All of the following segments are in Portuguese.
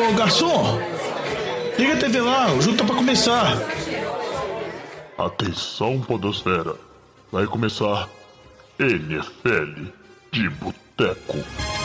Ô, garçom! Liga a TV lá, o jogo tá pra começar. Atenção, podosfera. Vai começar NFL de Boteco.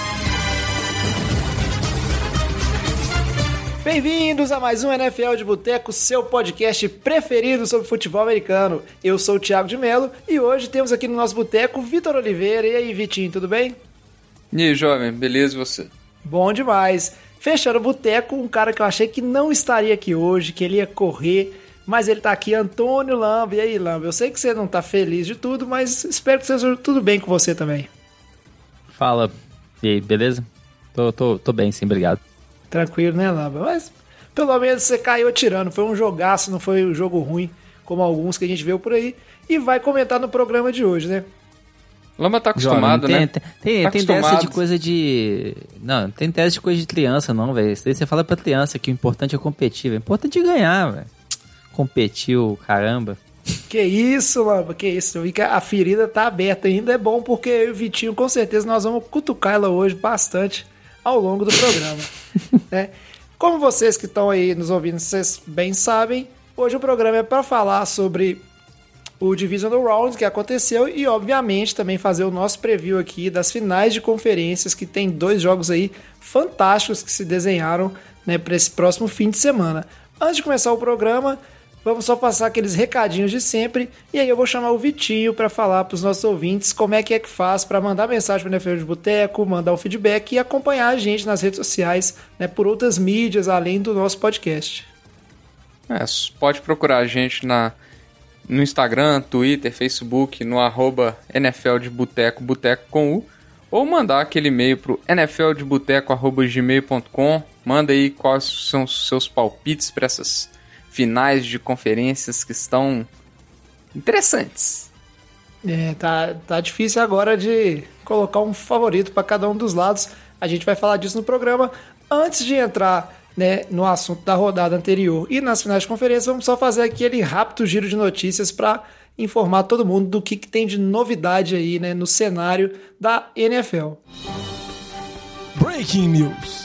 Bem-vindos a mais um NFL de Boteco, seu podcast preferido sobre futebol americano. Eu sou o Thiago de Mello e hoje temos aqui no nosso boteco Vitor Oliveira. E aí, Vitinho, tudo bem? E aí, jovem, beleza e você? Bom demais. Fechando o boteco, um cara que eu achei que não estaria aqui hoje, que ele ia correr, mas ele tá aqui, Antônio Lamba. E aí, Lamba, eu sei que você não tá feliz de tudo, mas espero que seja tudo bem com você também. Fala, e aí, beleza? Tô bem, sim, obrigado. Tranquilo, né, Lamba? Mas pelo menos você caiu atirando. Foi um jogaço, não foi um jogo ruim, como alguns que a gente viu por aí. E vai comentar no programa de hoje, né? Lamba tá acostumado, Jovem, né? Tem dessa de coisa de... Não, tem dessa de coisa de criança, não, velho. Isso daí você fala pra criança que o importante é competir, velho. O importante é ganhar, velho. Competiu, caramba. Que isso, Lamba, que isso. Eu vi que a ferida tá aberta ainda. É bom porque eu e o Vitinho, com certeza, nós vamos cutucar ela hoje bastante ao longo do programa. Né? Como vocês que estão aí nos ouvindo, vocês bem sabem, hoje o programa é para falar sobre o Divisional Round que aconteceu e, obviamente, também fazer o nosso preview aqui das finais de conferências, que tem dois jogos aí fantásticos que se desenharam, né, para esse próximo fim de semana. Antes de começar o programa, vamos só passar aqueles recadinhos de sempre e aí eu vou chamar o Vitinho para falar para os nossos ouvintes como é que faz para mandar mensagem para o NFL de Boteco, mandar o feedback e acompanhar a gente nas redes sociais, né, por outras mídias além do nosso podcast. Pode procurar a gente no Instagram, Twitter, Facebook, no @NFL de Boteco, Boteco com U, ou mandar aquele e-mail pro nfldeboteco@gmail.com. Manda aí quais são os seus palpites para essas finais de conferências que estão interessantes. Tá difícil agora de colocar um favorito para cada um dos lados. A gente vai falar disso no programa. Antes de entrar, né, no assunto da rodada anterior e nas finais de conferência, vamos só fazer aquele rápido giro de notícias para informar todo mundo do que tem de novidade aí, né, no cenário da NFL. Breaking News.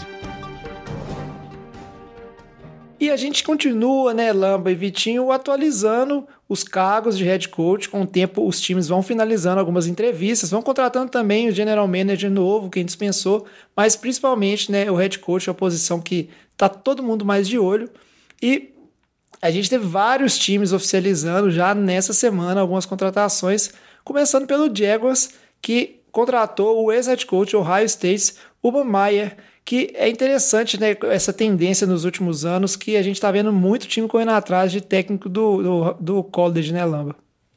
E a gente continua, né, Lamba e Vitinho, atualizando os cargos de head coach. Com o tempo, os times vão finalizando algumas entrevistas, vão contratando também o general manager novo, quem dispensou, mas principalmente, né, o head coach é a posição que tá todo mundo mais de olho. E a gente teve vários times oficializando já nessa semana algumas contratações, começando pelo Jaguars, que contratou o ex-head coach Ohio State, Urban Meyer, que é interessante, né, essa tendência nos últimos anos que a gente está vendo muito time correndo atrás de técnico do college, né, Lamba?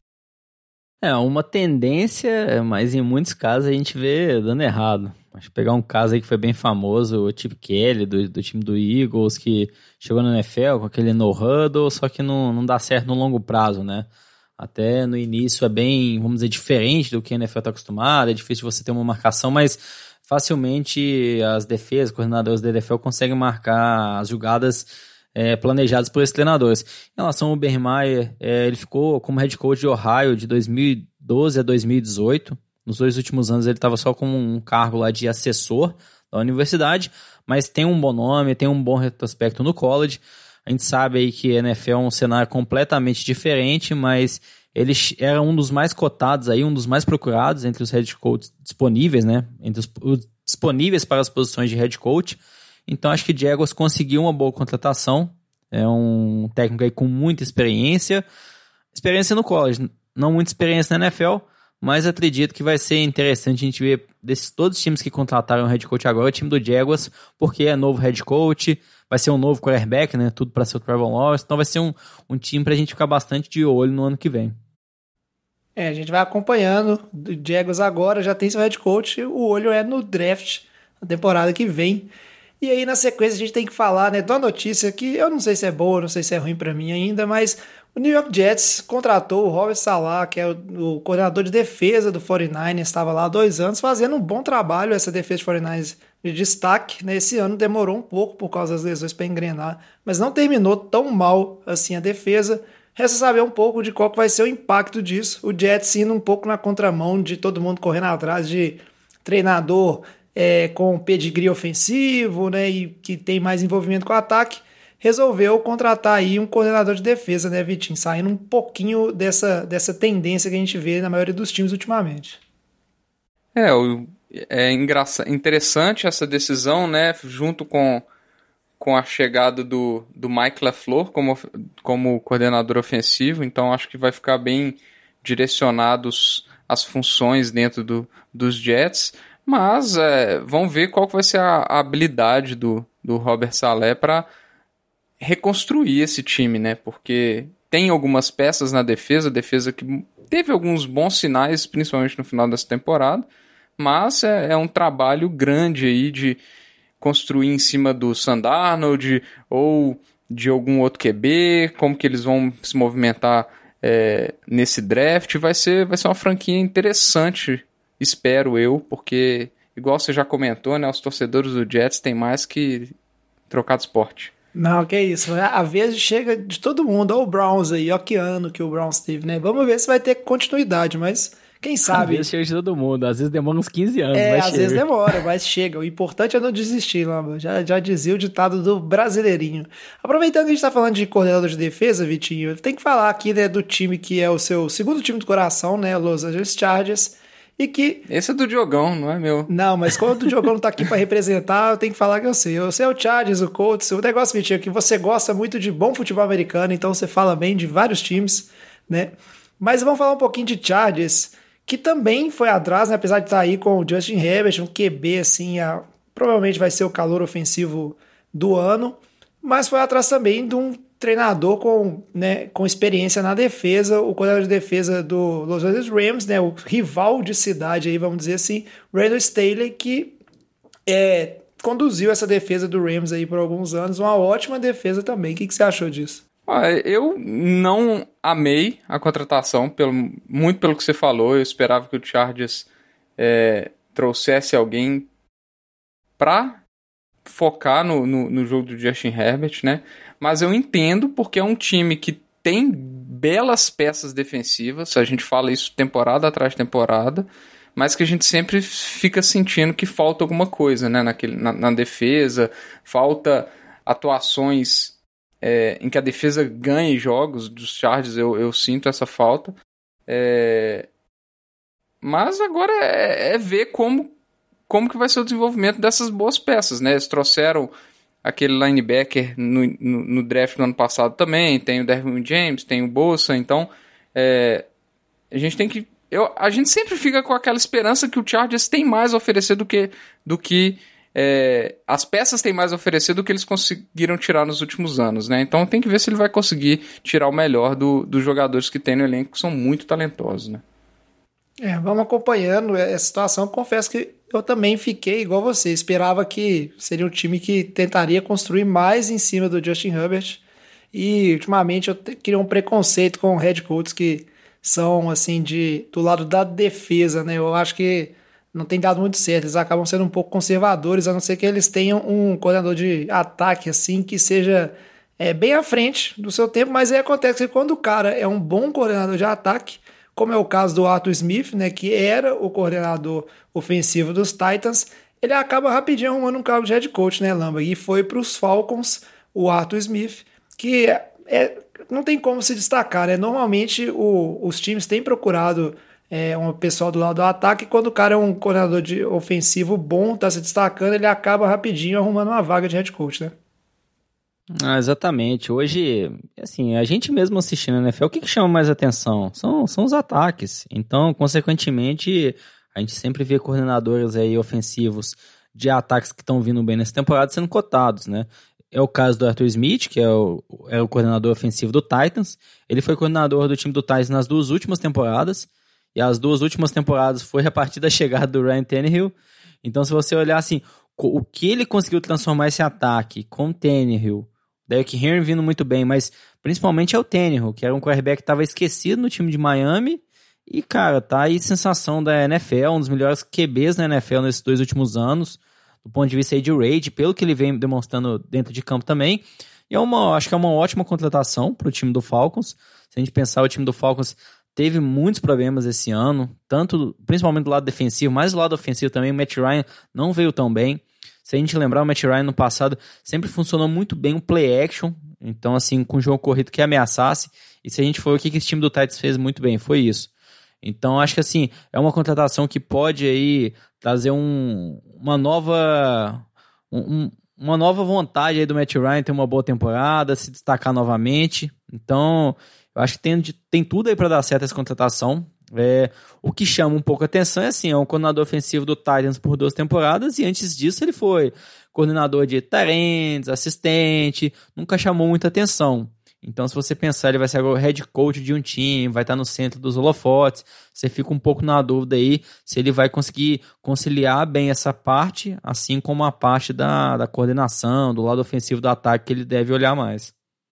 É uma tendência, mas em muitos casos a gente vê dando errado. Acho que pegar um caso aí que foi bem famoso, o Chip Kelly, do time do Eagles, que chegou no NFL com aquele no-huddle, só que não dá certo no longo prazo, né? Até no início é bem, vamos dizer, diferente do que a NFL está acostumada, é difícil você ter uma marcação, mas facilmente as defesas, coordenadores da NFL conseguem marcar as jogadas planejadas por esses treinadores. Em relação ao Bermeyer, ele ficou como head coach de Ohio de 2012 a 2018. Nos 2 últimos anos ele estava só com um cargo lá de assessor da universidade, mas tem um bom nome, tem um bom retrospecto no college. A gente sabe aí que a NFL é um cenário completamente diferente, mas ele era um dos mais cotados aí, um dos mais procurados entre os head coaches disponíveis, né? Entre os disponíveis para as posições de head coach. Então acho que Jaguars conseguiu uma boa contratação. É um técnico aí com muita experiência. Experiência no college, não muita experiência na NFL, mas acredito que vai ser interessante a gente ver todos os times que contrataram o head coach agora, o time do Jaguars, porque é novo head coach, vai ser um novo quarterback, né? Tudo para ser o Trevor Lawrence. Então vai ser um time para a gente ficar bastante de olho no ano que vem. A gente vai acompanhando. O Jaguars agora já tem seu head coach, o olho é no draft, na temporada que vem. E aí, na sequência, a gente tem que falar, né, de uma notícia que eu não sei se é boa, não sei se é ruim para mim ainda, mas o New York Jets contratou o Robert Saleh, que é o coordenador de defesa do 49ers, estava lá há 2 anos, fazendo um bom trabalho, essa defesa de 49ers de destaque, né? Esse ano demorou um pouco por causa das lesões para engrenar, mas não terminou tão mal assim a defesa. Resta saber um pouco de qual que vai ser o impacto disso. O Jets indo um pouco na contramão de todo mundo correndo atrás de treinador com pedigree ofensivo, né, e que tem mais envolvimento com o ataque, resolveu contratar aí um coordenador de defesa, né, Vitinho? Saindo um pouquinho dessa tendência que a gente vê na maioria dos times ultimamente. Interessante essa decisão, né, junto com a chegada do Mike LaFleur como coordenador ofensivo, então acho que vai ficar bem direcionados as funções dentro dos Jets, mas vamos ver qual que vai ser a habilidade do Robert Saleh para reconstruir esse time, né? Porque tem algumas peças na defesa que teve alguns bons sinais, principalmente no final dessa temporada, mas é um trabalho grande aí de construir em cima do Sam Darnold ou de algum outro QB, como que eles vão se movimentar nesse draft. Vai ser uma franquia interessante, espero eu, porque, igual você já comentou, né, os torcedores do Jets têm mais que trocar de esporte. Não, que isso. Às vezes chega de todo mundo. Olha o Browns aí, olha que ano que o Browns teve, né? Vamos ver se vai ter continuidade, mas quem sabe. Às vezes chega de todo mundo, às vezes demora uns 15 anos, mas às chega. vezes demora, mas chega. O importante é não desistir, Lamba. Já dizia o ditado do brasileirinho. Aproveitando que a gente tá falando de coordenador de defesa, Vitinho, tem que falar aqui, né, do time que é o seu segundo time do coração, né? Los Angeles Chargers. E que... Esse é do Diogão, não é meu. Não, mas quando o Diogão não tá aqui pra representar, eu tenho que falar que eu sei. Você é o Chargers, o Colts. O negócio, Vitinho, é que você gosta muito de bom futebol americano, então você fala bem de vários times, né? Mas vamos falar um pouquinho de Chargers, que também foi atrás, né? Apesar de estar aí com o Justin Herbert, um QB, assim, provavelmente vai ser o calor ofensivo do ano, mas foi atrás também de um treinador com experiência na defesa, o coordenador de defesa do Los Angeles Rams, né, o rival de cidade, aí, vamos dizer assim, Brandon Staley, que conduziu essa defesa do Rams aí por alguns anos, uma ótima defesa também. O que você achou disso? Eu não amei a contratação, muito pelo que você falou. Eu esperava que o Chargers trouxesse alguém para focar no jogo do Justin Herbert, né? Mas eu entendo, porque é um time que tem belas peças defensivas, a gente fala isso temporada atrás de temporada, mas que a gente sempre fica sentindo que falta alguma coisa, né, na defesa, falta atuações em que a defesa ganhe jogos dos Chargers, eu sinto essa falta. Mas agora é ver como que vai ser o desenvolvimento dessas boas peças, né? Eles trouxeram aquele linebacker no draft do ano passado também, tem o Derwin James, tem o Bosa, então a gente tem que... a gente sempre fica com aquela esperança que o Chargers tem mais a oferecer do que as peças têm mais a oferecer do que eles conseguiram tirar nos últimos anos, né? Então tem que ver se ele vai conseguir tirar o melhor dos jogadores que tem no elenco, que são muito talentosos, né? Vamos acompanhando essa situação. Confesso que eu também fiquei igual você. Esperava que seria um time que tentaria construir mais em cima do Justin Herbert. E, ultimamente, eu queria um preconceito com head coaches que são, assim, do lado da defesa, né? Eu acho que não tem dado muito certo. Eles acabam sendo um pouco conservadores, a não ser que eles tenham um coordenador de ataque, assim, que seja bem à frente do seu tempo. Mas aí acontece que quando o cara é um bom coordenador de ataque, como é o caso do Arthur Smith, né, que era o coordenador ofensivo dos Titans, ele acaba rapidinho arrumando um cargo de head coach, né, Lamba? E foi para os Falcons, o Arthur Smith, que não tem como se destacar, né? Normalmente os times têm procurado um pessoal do lado do ataque, e quando o cara é um coordenador ofensivo bom, tá se destacando, ele acaba rapidinho arrumando uma vaga de head coach, né? Exatamente. Hoje, assim, a gente mesmo assistindo a NFL, o que chama mais atenção? São os ataques. Então, consequentemente, a gente sempre vê coordenadores aí ofensivos de ataques que estão vindo bem nessa temporada sendo cotados, né? É o caso do Arthur Smith, que é o coordenador ofensivo do Titans. Ele foi coordenador do time do Titans nas 2 últimas temporadas, e as 2 últimas temporadas foi a partir da chegada do Ryan Tannehill. Então, se você olhar assim, o que ele conseguiu transformar esse ataque com o Tannehill, Derrick Henry vindo muito bem, mas principalmente é o Tannehill, que era um quarterback que estava esquecido no time de Miami, e, cara, tá aí sensação da NFL, um dos melhores QBs da NFL nesses 2 últimos anos, do ponto de vista aí de rate, pelo que ele vem demonstrando dentro de campo também, e acho que é uma ótima contratação para o time do Falcons. Se a gente pensar, o time do Falcons teve muitos problemas esse ano, principalmente do lado defensivo, mas do lado ofensivo também. O Matt Ryan não veio tão bem. Se a gente lembrar, o Matt Ryan no passado sempre funcionou muito bem o play action, então assim, com o jogo corrido que ameaçasse, e se a gente for o que esse time do Titans fez muito bem, foi isso. Então acho que assim, é uma contratação que pode aí trazer uma nova vontade aí do Matt Ryan ter uma boa temporada, se destacar novamente. Então eu acho que tem tudo aí para dar certo essa contratação. O que chama um pouco a atenção é assim, é um coordenador ofensivo do Titans por 2 temporadas, e antes disso ele foi coordenador de tight ends, assistente, nunca chamou muita atenção. Então se você pensar, ele vai ser agora o head coach de um time, vai estar no centro dos holofotes, você fica um pouco na dúvida aí se ele vai conseguir conciliar bem essa parte, assim como a parte da coordenação, do lado ofensivo do ataque, que ele deve olhar mais.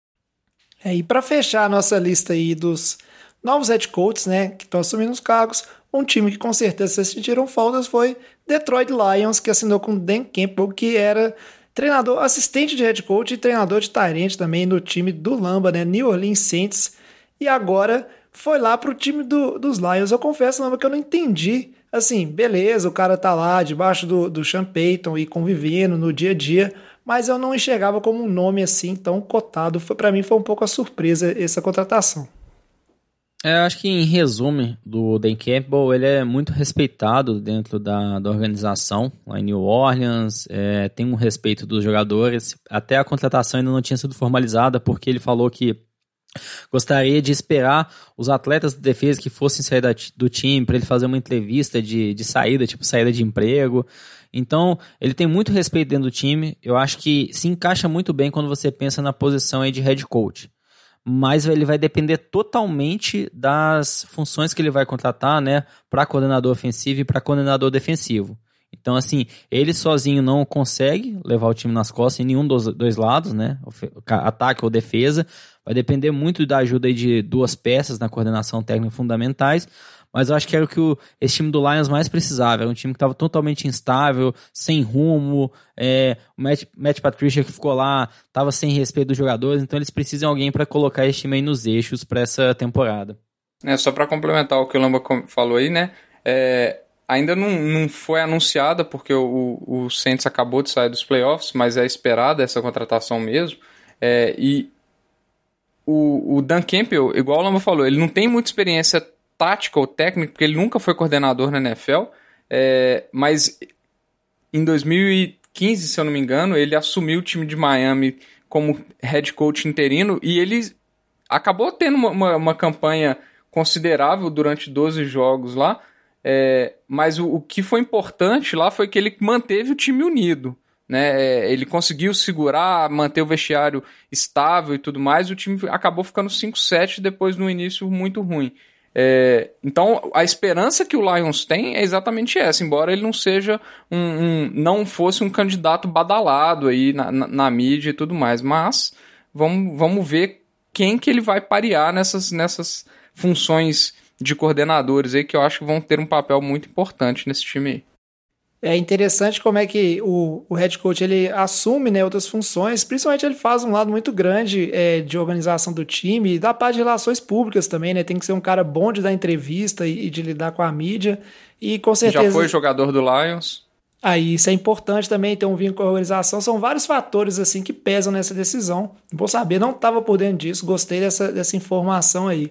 E para fechar a nossa lista aí dos novos head coaches, né, que estão assumindo os cargos, um time que com certeza se sentiram faltas foi Detroit Lions, que assinou com Dan Campbell, que era treinador, assistente de head coach e treinador de tight end também no time do Lamba, né, New Orleans Saints, e agora foi lá pro time dos Lions. Eu confesso, Lamba, que eu não entendi, assim, beleza, o cara tá lá debaixo do Sean Payton e convivendo no dia a dia, mas eu não enxergava como um nome assim tão cotado. Para mim foi um pouco a surpresa essa contratação. Eu acho que, em resumo, do Dan Campbell, ele é muito respeitado dentro da organização lá em New Orleans, tem um respeito dos jogadores. Até a contratação ainda não tinha sido formalizada, porque ele falou que gostaria de esperar os atletas de defesa que fossem sair do time para ele fazer uma entrevista de saída, tipo saída de emprego. Então, ele tem muito respeito dentro do time. Eu acho que se encaixa muito bem quando você pensa na posição aí de head coach. Mas ele vai depender totalmente das funções que ele vai contratar, né, para coordenador ofensivo e para coordenador defensivo. Então, assim, ele sozinho não consegue levar o time nas costas em nenhum dos dois lados, né, ataque ou defesa. Vai depender muito da ajuda aí de 2 peças na coordenação técnica fundamentais. Mas eu acho que era o que esse time do Lions mais precisava. Era um time que estava totalmente instável, sem rumo. O Matt Patricia, que ficou lá, estava sem respeito dos jogadores. Então eles precisam de alguém para colocar esse time aí nos eixos para essa temporada. Só para complementar o que o Lamba falou aí, né? Ainda não foi anunciada, porque o Saints acabou de sair dos playoffs, mas é esperada essa contratação mesmo. E o Dan Campbell, igual o Lamba falou, ele não tem muita experiência tática ou técnica, porque ele nunca foi coordenador na NFL, mas em 2015, se eu não me engano, ele assumiu o time de Miami como head coach interino, e ele acabou tendo uma campanha considerável durante 12 jogos lá, mas o que foi importante lá foi que ele manteve o time unido, né? Ele conseguiu segurar, manter o vestiário estável e tudo mais, e o time acabou ficando 5-7 depois no início muito ruim. Então a esperança que o Lions tem é exatamente essa, embora ele não seja não fosse um candidato badalado aí na mídia e tudo mais, mas vamos ver quem que ele vai parear nessas funções de coordenadores aí, que eu acho que vão ter um papel muito importante nesse time aí. É interessante como é que o head coach ele assume, né, outras funções, principalmente ele faz um lado muito grande de organização do time e da parte de relações públicas também, né? Tem que ser um cara bom de dar entrevista e de lidar com a mídia, e com certeza... Já foi jogador do Lions. Isso é importante também, ter um vínculo com a organização. São vários fatores assim que pesam nessa decisão. Vou saber, não estava por dentro disso, gostei dessa informação aí.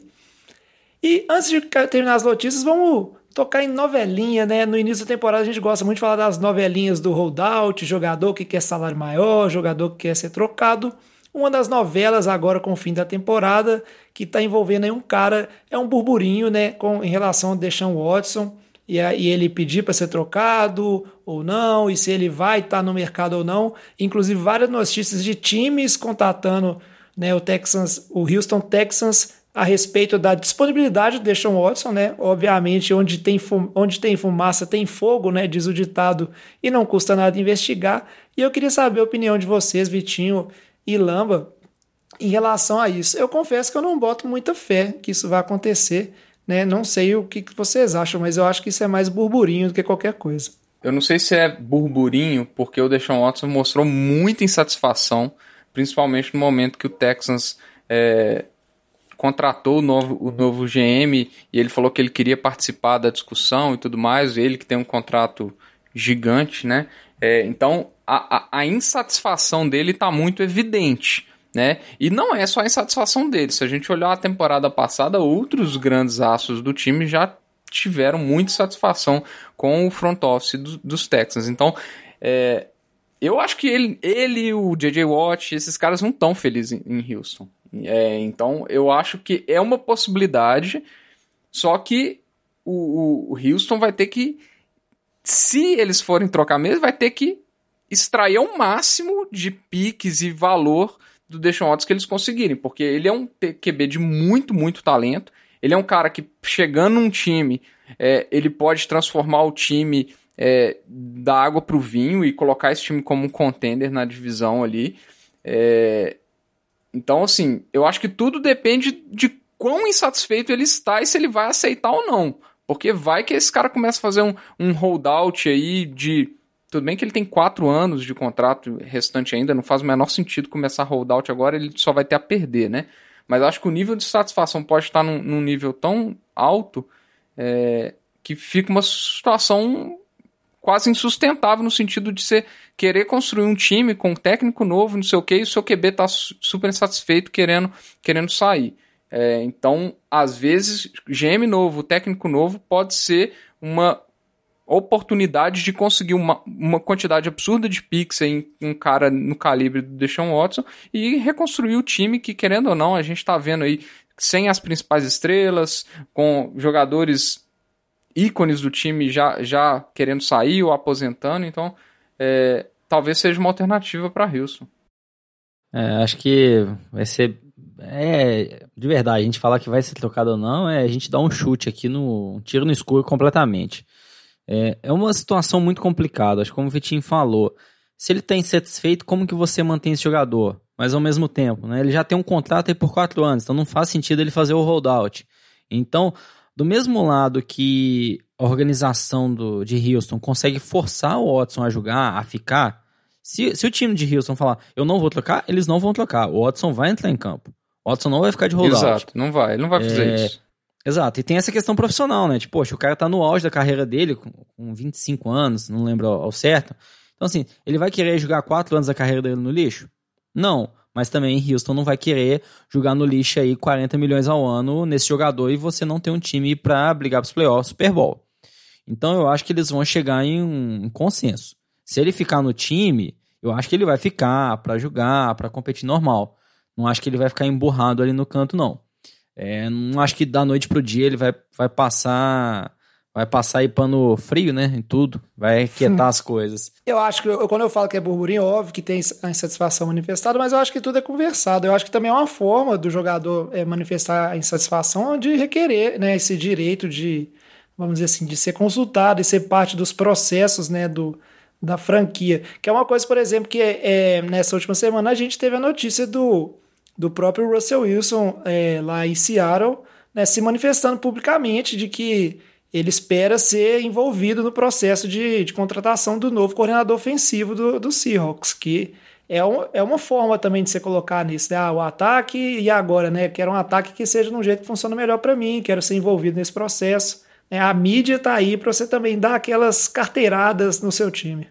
E antes de terminar as notícias, vamos tocar em novelinha, né? No início da temporada a gente gosta muito de falar das novelinhas do holdout, jogador que quer salário maior, jogador que quer ser trocado. Uma das novelas agora com o fim da temporada, que está envolvendo aí um cara, é um burburinho, né? Em relação a Deshaun Watson, e ele pedir para ser trocado ou não, e se ele vai estar no mercado ou não. Inclusive várias notícias de times contatando, né, o Houston Texans a respeito da disponibilidade do Deshaun Watson, né? Obviamente, onde tem fumaça tem fogo, né? Diz o ditado, e não custa nada investigar. E eu queria saber a opinião de vocês, Vitinho e Lamba, em relação a isso. Eu confesso que eu não boto muita fé que isso vai acontecer, né? Não sei o que vocês acham, mas eu acho que isso é mais burburinho do que qualquer coisa. Eu não sei se é burburinho, porque o Deshaun Watson mostrou muita insatisfação, principalmente no momento que o Texans contratou o novo GM e ele falou que ele queria participar da discussão e tudo mais, ele que tem um contrato gigante, né? Então a insatisfação dele está muito evidente, né? E não é só a insatisfação dele. Se a gente olhar a temporada passada, outros grandes astros do time já tiveram muita satisfação com o front office dos Texans. Então, eu acho que ele, o J.J. Watt, esses caras não estão felizes em Houston. Então, eu acho que é uma possibilidade, só que o Houston vai ter que, se eles forem trocar mesmo, vai ter que extrair ao máximo de piques e valor do Deshaun Watson que eles conseguirem, porque ele é um QB de muito, muito talento. Ele é um cara que, chegando num time, ele pode transformar o time da água para o vinho e colocar esse time como um contender na divisão ali. Então, assim, eu acho que tudo depende de quão insatisfeito ele está e se ele vai aceitar ou não. Porque vai que esse cara começa a fazer um holdout aí de... Tudo bem que ele tem 4 anos de contrato restante ainda, não faz o menor sentido começar a holdout agora, ele só vai ter a perder, né? Mas eu acho que o nível de satisfação pode estar num nível tão alto que fica uma situação quase insustentável no sentido de você querer construir um time com um técnico novo, não sei o que, e o seu QB tá super insatisfeito querendo sair. Então, às vezes, GM novo, técnico novo pode ser uma oportunidade de conseguir uma quantidade absurda de picks em um cara no calibre do Deshaun Watson e reconstruir o time que, querendo ou não, a gente está vendo aí sem as principais estrelas, com jogadores ícones do time já querendo sair ou aposentando, então talvez seja uma alternativa para Houston. Acho que vai ser... de verdade, a gente falar que vai ser trocado ou não, a gente dá um chute aqui, um tiro no escuro completamente. É uma situação muito complicada, acho que como o Vitinho falou, se ele está insatisfeito, como que você mantém esse jogador? Mas ao mesmo tempo, né, ele já tem um contrato aí por 4 anos, então não faz sentido ele fazer o holdout. Então, do mesmo lado que a organização de Houston consegue forçar o Watson a jogar, a ficar, se o time de Houston falar, eu não vou trocar, eles não vão trocar, o Watson vai entrar em campo. O Watson não vai ficar de holdout. Exato, ele não vai fazer isso. Exato, e tem essa questão profissional, né? Tipo, poxa, o cara tá no auge da carreira dele, com 25 anos, não lembro ao certo. Então, assim, ele vai querer jogar 4 anos da carreira dele no lixo? Não, mas também Houston não vai querer jogar no lixo aí 40 milhões ao ano nesse jogador e você não ter um time pra brigar pros playoffs, Super Bowl. Então, eu acho que eles vão chegar em um consenso. Se ele ficar no time, eu acho que ele vai ficar pra jogar, pra competir normal. Não acho que ele vai ficar emburrado ali no canto, não. Não acho que da noite pro dia ele vai passar aí pano frio, né, em tudo, vai quietar as coisas. Eu acho que, quando eu falo que é burburinho, óbvio que tem a insatisfação manifestada, mas eu acho que tudo é conversado. Eu acho que também é uma forma do jogador manifestar a insatisfação de requerer, né, esse direito de, vamos dizer assim, de ser consultado e ser parte dos processos, né, da franquia. Que é uma coisa, por exemplo, que nessa última semana a gente teve a notícia do próprio Russell Wilson lá em Seattle, né, se manifestando publicamente de que ele espera ser envolvido no processo de contratação do novo coordenador ofensivo do Seahawks, que é uma forma também de você colocar nisso, né? O ataque e agora, né? Quero um ataque que seja de um jeito que funcione melhor para mim, quero ser envolvido nesse processo. A mídia tá aí para você também dar aquelas carteiradas no seu time.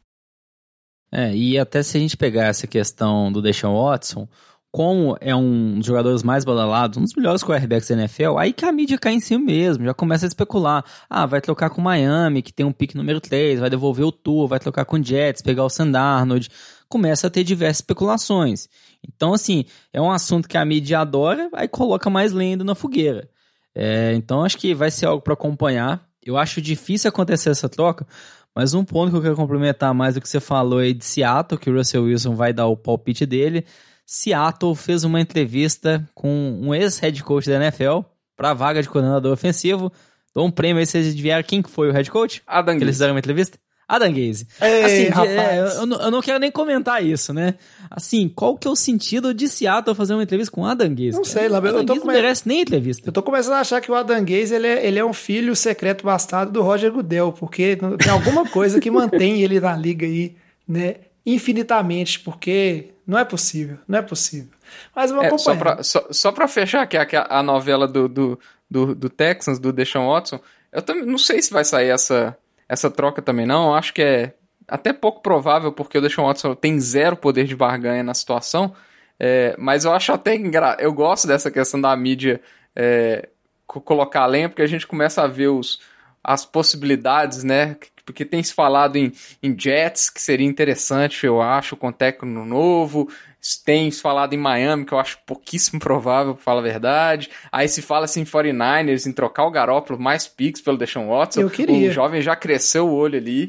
E até se a gente pegar essa questão do Deshaun Watson, como é um dos jogadores mais badalados, um dos melhores quarterbacks da NFL, aí que a mídia cai em si mesmo, já começa a especular. Vai trocar com o Miami, que tem um pick número 3, vai devolver o Tua, vai trocar com o Jets, pegar o Sam Darnold. Começa a ter diversas especulações. Então, assim, é um assunto que a mídia adora, aí coloca mais lenha na fogueira. Então, acho que vai ser algo para acompanhar. Eu acho difícil acontecer essa troca, mas um ponto que eu quero complementar mais do que você falou aí de Seattle, que o Russell Wilson vai dar o palpite dele. Seattle fez uma entrevista com um ex-head coach da NFL para a vaga de coordenador ofensivo. Dou um prêmio aí, vocês adivinharam quem foi o head coach? Adam Gase. Eles fizeram uma entrevista? Adam Gase. Ei, assim, eu não quero nem comentar isso, né? Assim, qual que é o sentido de Seattle fazer uma entrevista com Adam Gase? Não sei, Adam Gase não merece nem entrevista. Eu tô começando a achar que o Adam Gase ele é um filho secreto bastardo do Roger Goodell, porque tem alguma coisa que mantém ele na liga aí, né? Infinitamente, porque Não é possível. Mas vamos acompanhar. Só pra fechar aqui a novela do Texans, do Deshaun Watson, eu também não sei se vai sair essa troca também não. Eu acho que é até pouco provável, porque o Deshaun Watson tem zero poder de barganha na situação. Mas eu acho até eu gosto dessa questão da mídia colocar a lenha, porque a gente começa a ver as possibilidades, né? Porque tem se falado em Jets, que seria interessante, eu acho, com técnico novo. Tem se falado em Miami, que eu acho pouquíssimo provável, pra falar a verdade. Aí se fala assim em 49ers, em trocar o Garoppolo mais picks pelo Deshaun Watson. Eu queria. O jovem já cresceu o olho ali.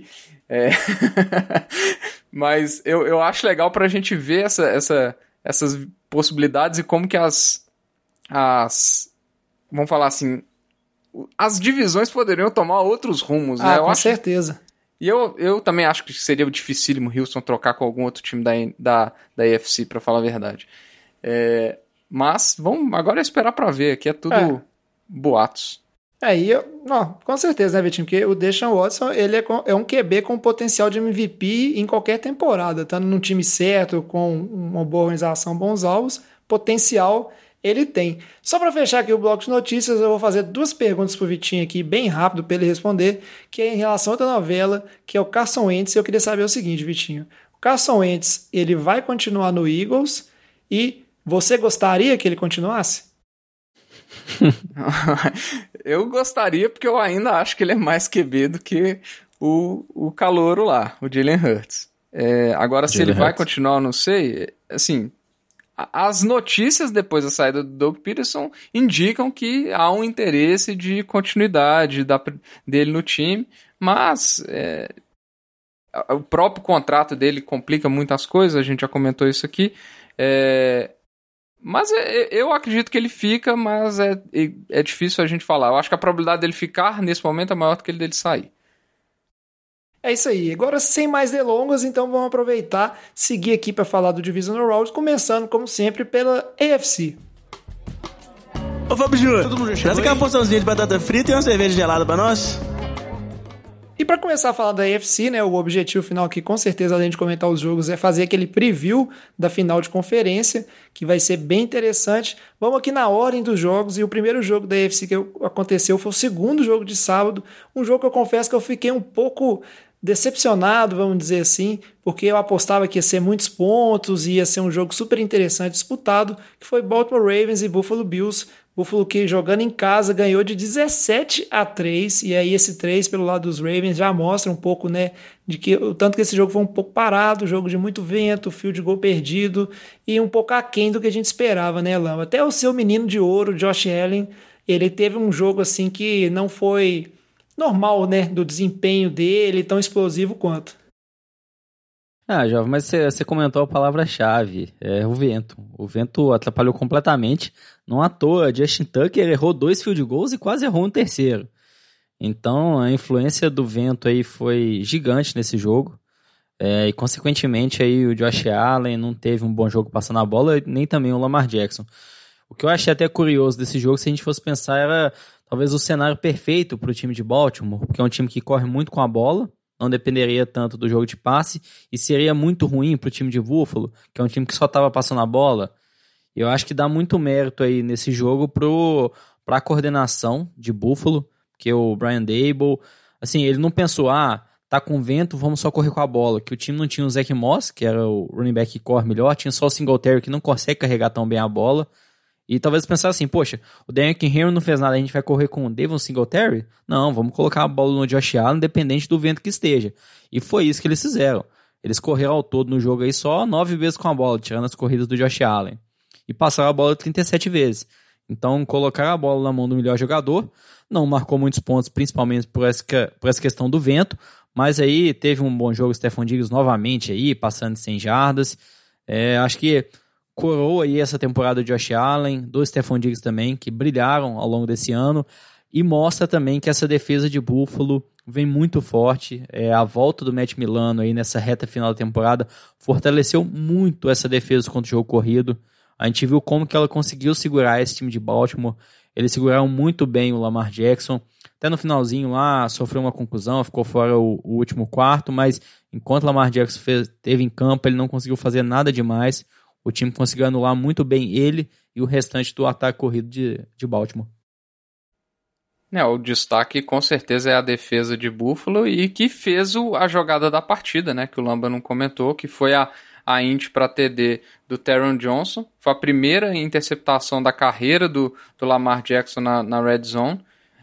Mas eu acho legal pra gente ver essas possibilidades e como que vamos falar assim, as divisões poderiam tomar outros rumos, né? Com certeza. E eu também acho que seria dificílimo o Houston trocar com algum outro time da AFC, pra falar a verdade. Mas vamos agora esperar pra ver, aqui é tudo boatos. Com certeza, né, Vitinho? Porque o Deshaun Watson, ele é um QB com potencial de MVP em qualquer temporada, estando num time certo, com uma boa organização, bons alvos, potencial ele tem. Só para fechar aqui o bloco de notícias, eu vou fazer 2 perguntas pro Vitinho aqui, bem rápido, para ele responder, que é em relação a outra novela, que é o Carson Wentz. Eu queria saber o seguinte, Vitinho. O Carson Wentz, ele vai continuar no Eagles e você gostaria que ele continuasse? Eu gostaria, porque eu ainda acho que ele é mais QB do que o calouro lá, o Jalen Hurts. Agora, se ele vai continuar, eu não sei. Assim, as notícias depois da saída do Doug Peterson indicam que há um interesse de continuidade dele no time, mas o próprio contrato dele complica muitas coisas, a gente já comentou isso aqui. Mas eu acredito que ele fica, mas é difícil a gente falar. Eu acho que a probabilidade dele ficar nesse momento é maior do que ele dele sair. É isso aí. Agora, sem mais delongas, então vamos aproveitar, seguir aqui para falar do Divisional Round, começando, como sempre, pela AFC. Ô Fábio Júnior, traz aquela porçãozinha de batata frita e uma cerveja gelada para nós. E para começar a falar da AFC, né, o objetivo final aqui, com certeza, além de comentar os jogos, é fazer aquele preview da final de conferência, que vai ser bem interessante. Vamos aqui na ordem dos jogos, e o primeiro jogo da AFC que aconteceu foi o segundo jogo de sábado, um jogo que eu confesso que eu fiquei um pouco decepcionado, vamos dizer assim, porque eu apostava que ia ser muitos pontos, ia ser um jogo super interessante, disputado, que foi Baltimore Ravens e Buffalo Bills. Buffalo que jogando em casa ganhou de 17-3, e aí esse 3 pelo lado dos Ravens já mostra um pouco, né, de que o tanto que esse jogo foi um pouco parado, jogo de muito vento, field goal perdido e um pouco aquém do que a gente esperava, né, Lamba? Até o seu menino de ouro, Josh Allen, ele teve um jogo assim que não foi normal, né, do desempenho dele, tão explosivo quanto. Jovem, mas você comentou a palavra-chave, o vento. O vento atrapalhou completamente. Não à toa, Justin Tucker errou 2 field goals e quase errou um terceiro. Então, a influência do vento aí foi gigante nesse jogo. E, consequentemente, aí, o Josh Allen não teve um bom jogo passando a bola, nem também o Lamar Jackson. O que eu achei até curioso desse jogo, se a gente fosse pensar, era talvez o cenário perfeito para o time de Baltimore, porque é um time que corre muito com a bola, não dependeria tanto do jogo de passe, e seria muito ruim para o time de Buffalo, que é um time que só estava passando a bola. Eu acho que dá muito mérito aí nesse jogo para a coordenação de Buffalo, que o Brian Daboll, assim, ele não pensou, tá com vento, vamos só correr com a bola, que o time não tinha o Zach Moss, que era o running back que corre melhor, tinha só o Singletary que não consegue carregar tão bem a bola, e talvez pensar assim, poxa, o Derrick Henry não fez nada, a gente vai correr com o Devon Singletary? Não, vamos colocar a bola no Josh Allen, independente do vento que esteja. E foi isso que eles fizeram. Eles correram ao todo no jogo aí só 9 vezes com a bola, tirando as corridas do Josh Allen. E passaram a bola 37 vezes. Então, colocaram a bola na mão do melhor jogador, não marcou muitos pontos, principalmente por essa questão do vento, mas aí teve um bom jogo, o Stephon Diggs novamente aí, passando de 100 jardas. Acho que coroou aí essa temporada do Josh Allen, do Stephon Diggs também, que brilharam ao longo desse ano, e mostra também que essa defesa de Buffalo vem muito forte. A volta do Matt Milano aí nessa reta final da temporada fortaleceu muito essa defesa contra o jogo corrido. A gente viu como que ela conseguiu segurar esse time de Baltimore. eles seguraram muito bem o Lamar Jackson. Até no finalzinho lá, sofreu uma conclusão, ficou fora o último quarto, mas enquanto o Lamar Jackson esteve em campo, ele não conseguiu fazer nada demais. O time conseguiu anular muito bem ele e o restante do ataque corrido de Baltimore. O destaque com certeza é a defesa de Buffalo e que fez a jogada da partida, né? Que o Lamba não comentou, que foi a int para TD do Taron Johnson. Foi a primeira interceptação da carreira do Lamar Jackson na Red Zone.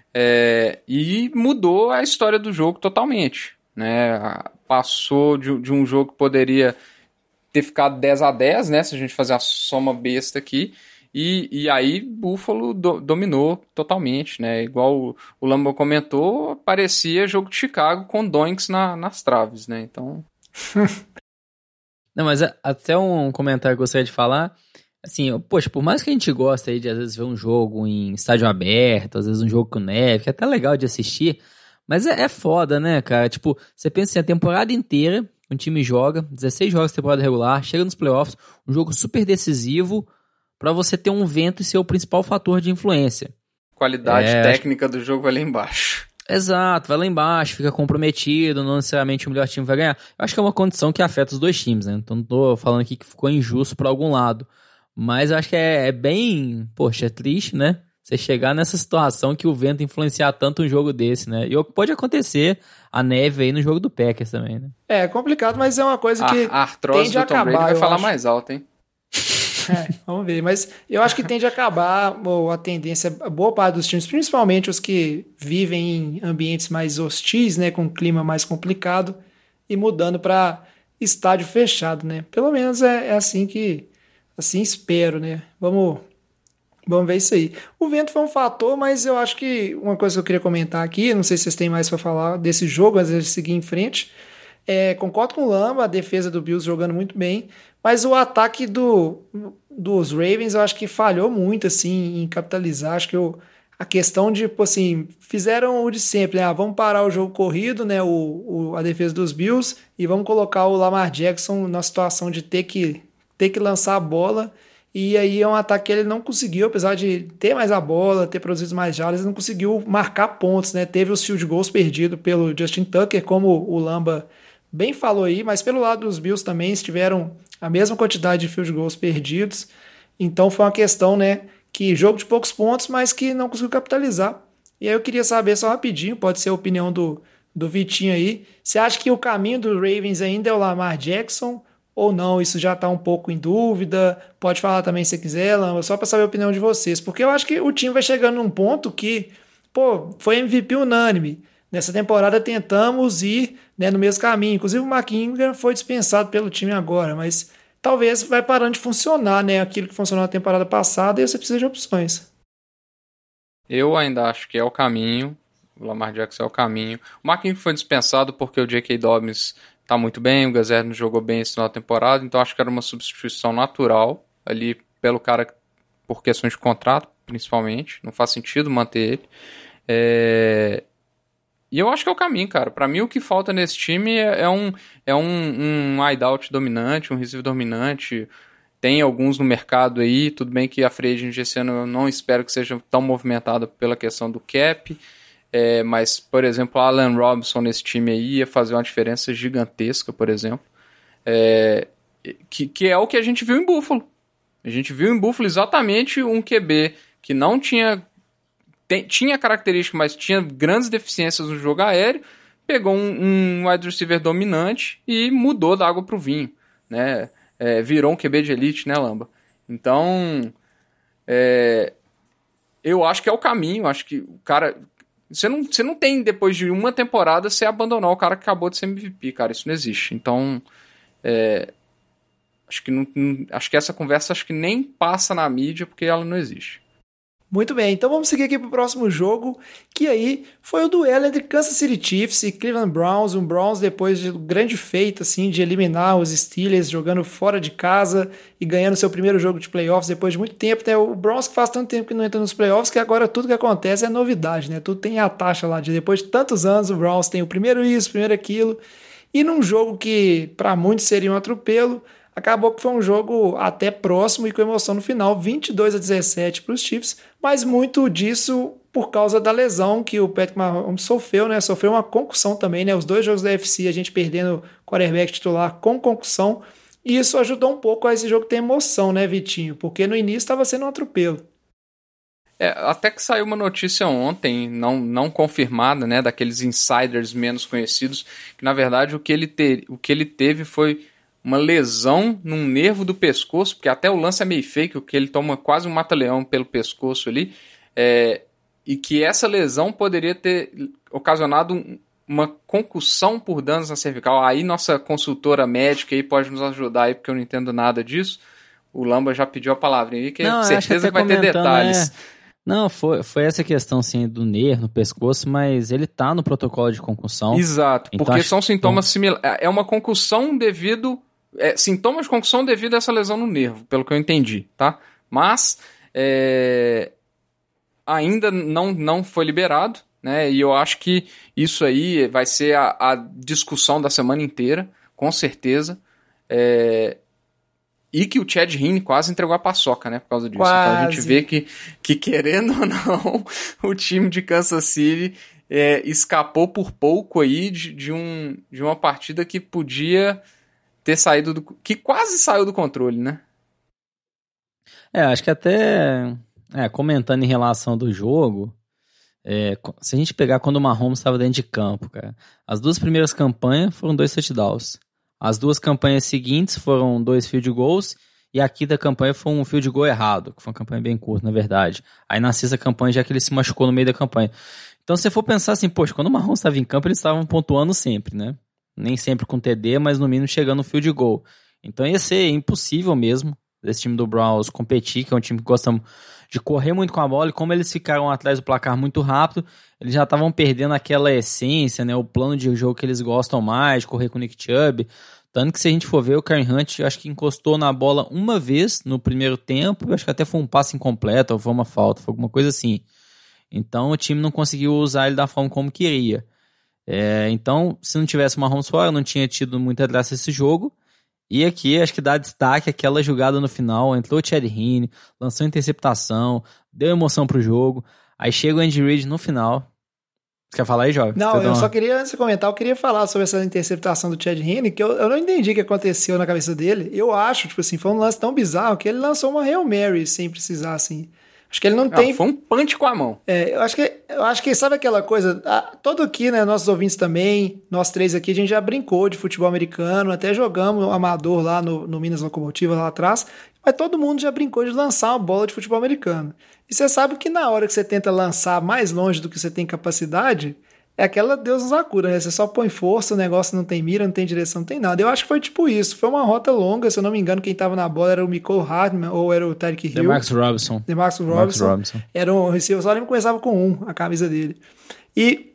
E mudou a história do jogo totalmente, né? Passou de um jogo que poderia ter ficado 10-10, né? Se a gente fazer a soma besta aqui. E aí Buffalo dominou totalmente, né? Igual o Lambo comentou, parecia jogo de Chicago com Doinks nas traves, né? Então... Não, mas até um comentário que eu gostaria de falar, assim, poxa, por mais que a gente goste aí de às vezes ver um jogo em estádio aberto, às vezes um jogo com neve, que é até legal de assistir, mas é foda, né, cara? Tipo, você pensa assim, a temporada inteira, um time joga, 16 jogos de temporada regular, chega nos playoffs, um jogo super decisivo, pra você ter um vento e ser o principal fator de influência. Qualidade técnica do jogo vai lá embaixo. Exato, vai lá embaixo, fica comprometido, não necessariamente o melhor time vai ganhar. Eu acho que é uma condição que afeta os dois times, né? Então não tô falando aqui que ficou injusto pra algum lado. Mas eu acho que é bem, poxa, é triste, né? Você chegar nessa situação que o vento influenciar tanto um jogo desse, né? E pode acontecer a neve aí no jogo do Packers também, né? É complicado, mas é uma coisa que a artrose tende a do Tom acabar, Brady vai falar acho. mais alto, hein? Vamos ver, mas eu acho que tende a acabar a tendência, a boa parte dos times, principalmente os que vivem em ambientes mais hostis, né, com um clima mais complicado, e mudando para estádio fechado, né? Pelo menos é assim assim espero, né? Vamos ver isso aí. O vento foi um fator, mas eu acho que uma coisa que eu queria comentar aqui, não sei se vocês têm mais para falar desse jogo, às vezes seguir em frente. Concordo com o Lamba, a defesa do Bills jogando muito bem, mas o ataque dos Ravens eu acho que falhou muito assim, em capitalizar. Acho que a questão de, assim, fizeram o de sempre, né? Vamos parar o jogo corrido, né? A defesa dos Bills, e vamos colocar o Lamar Jackson na situação de ter que lançar a bola. E aí é um ataque que ele não conseguiu, apesar de ter mais a bola, ter produzido mais jardas, ele não conseguiu marcar pontos, né? Teve os field goals perdidos pelo Justin Tucker, como o Lamba bem falou aí, mas pelo lado dos Bills também tiveram a mesma quantidade de field goals perdidos. Então foi uma questão, né, que jogo de poucos pontos, mas que não conseguiu capitalizar. E aí eu queria saber só rapidinho, pode ser a opinião do Vitinho aí, você acha que o caminho do Ravens ainda é o Lamar Jackson ou não? Isso já está um pouco em dúvida? Pode falar também se quiser, Lamba, só para saber a opinião de vocês, porque eu acho que o time vai chegando num ponto que, foi MVP unânime. Nessa temporada tentamos ir, né, no mesmo caminho. Inclusive o Mark Ingram foi dispensado pelo time agora, mas talvez vai parando de funcionar, né? Aquilo que funcionou na temporada passada, e você precisa de opções. Eu ainda acho que é o caminho. O Lamar Jackson é o caminho. O Mark Ingram foi dispensado porque o J.K. Dobbins tá muito bem, o Gazette não jogou bem esse final da temporada, então acho que era uma substituição natural ali pelo cara, por questões de contrato, principalmente. Não faz sentido manter ele. E eu acho que é o caminho, cara. Pra mim, o que falta nesse time é um wide-out dominante, um receiver dominante. Tem alguns no mercado aí. Tudo bem que a free agency esse ano eu não espero que seja tão movimentada pela questão do cap. Mas, por exemplo, Allen Robinson nesse time aí ia fazer uma diferença gigantesca, por exemplo. Que é o que a gente viu em Buffalo. A gente viu em Buffalo exatamente um QB que não tinha característica, mas tinha grandes deficiências no jogo aéreo, pegou um wide receiver dominante e mudou da água pro vinho, né? Virou um QB de elite, né, Lamba? Então, eu acho que é o caminho. Acho que o cara... Você não tem, depois de uma temporada, você abandonar o cara que acabou de ser MVP, cara. Isso não existe. Então, acho que essa conversa acho que nem passa na mídia, porque ela não existe. Muito bem, então vamos seguir aqui para o próximo jogo, que aí foi o duelo entre Kansas City Chiefs e Cleveland Browns. Um Browns depois de um grande feito assim, de eliminar os Steelers jogando fora de casa e ganhando seu primeiro jogo de playoffs depois de muito tempo, né? O Browns que faz tanto tempo que não entra nos playoffs que agora tudo que acontece é novidade, né? Tudo tem a taxa lá de depois de tantos anos o Browns tem o primeiro isso, o primeiro aquilo. E num jogo que para muitos seria um atropelo, Acabou que foi um jogo até próximo e com emoção no final, 22-17 para os Chiefs, mas muito disso por causa da lesão que o Patrick Mahomes sofreu, né? Sofreu uma concussão também, né? Os 2 jogos da NFC, a gente perdendo o quarterback titular com concussão, e isso ajudou um pouco a esse jogo ter emoção, né, Vitinho? Porque no início estava sendo um atropelo. Até que saiu uma notícia ontem, não confirmada, né, daqueles insiders menos conhecidos, que na verdade o que ele teve foi uma lesão num nervo do pescoço, porque até o lance é meio fake, que ele toma quase um mata-leão pelo pescoço ali, e que essa lesão poderia ter ocasionado uma concussão por danos na cervical. Aí nossa consultora médica aí pode nos ajudar aí, porque eu não entendo nada disso. O Lamba já pediu a palavra aí, que é certeza que vai ter detalhes. Não, foi essa questão, sim, do nervo no pescoço, mas ele tá no protocolo de concussão. Exato, então porque são sintomas similares. É uma concussão devido... sintomas de concussão devido a essa lesão no nervo, pelo que eu entendi, tá? Mas ainda não foi liberado, né? E eu acho que isso aí vai ser a discussão da semana inteira, com certeza. E que o Chad Henne quase entregou a paçoca, né? Por causa disso. Quase. Então a gente vê que querendo ou não, o time de Kansas City escapou por pouco aí de uma partida que podia ter saído que quase saiu do controle, né? Acho que até comentando em relação do jogo, se a gente pegar quando o Mahomes estava dentro de campo, cara, as 2 primeiras campanhas foram 2 touchdowns. As 2 campanhas seguintes foram 2 field goals, e a quinta campanha foi um field goal errado, que foi uma campanha bem curta, na verdade. Aí na 6ª campanha, já que ele se machucou no meio da campanha. Então, se você for pensar assim, poxa, quando o Mahomes estava em campo, eles estavam pontuando sempre, né? Nem sempre com TD, mas no mínimo chegando no field goal. Então ia ser impossível mesmo desse time do Browns competir, que é um time que gosta de correr muito com a bola, e como eles ficaram atrás do placar muito rápido, eles já estavam perdendo aquela essência, né, o plano de jogo que eles gostam mais, de correr com o Nick Chubb. Tanto que se a gente for ver, o Kareem Hunt, acho que encostou na bola uma vez no primeiro tempo, acho que até foi um passe incompleto, ou foi uma falta, foi alguma coisa assim. Então o time não conseguiu usar ele da forma como queria. Então, se não tivesse o Mahomes fora, não tinha tido muita graça esse jogo. E aqui, acho que dá destaque aquela jogada no final, entrou o Chad Henne, lançou interceptação, deu emoção pro jogo. Aí chega o Andy Reid no final. Você quer falar aí, Jovem? Não, eu só queria, antes de comentar, eu queria falar sobre essa interceptação do Chad Henne, que eu não entendi o que aconteceu na cabeça dele. Eu acho, tipo assim, foi um lance tão bizarro que ele lançou uma Hail Mary sem precisar, assim. Acho que ele não tem... Foi um punch com a mão. Eu acho que sabe aquela coisa, todo aqui, né, nossos ouvintes também, nós 3 aqui, a gente já brincou de futebol americano, até jogamos amador lá no Minas Locomotiva lá atrás, mas todo mundo já brincou de lançar uma bola de futebol americano. E você sabe que na hora que você tenta lançar mais longe do que você tem capacidade, é aquela Deus nos acuda, né? Você só põe força, o negócio não tem mira, não tem direção, não tem nada. Eu acho que foi tipo isso. Foi uma rota longa, se eu não me engano, quem tava na bola era o Mecole Hardman ou era o Tyreek Hill. DeMarcus Robinson. Era um receiver, só lembro que começava com a camisa dele. E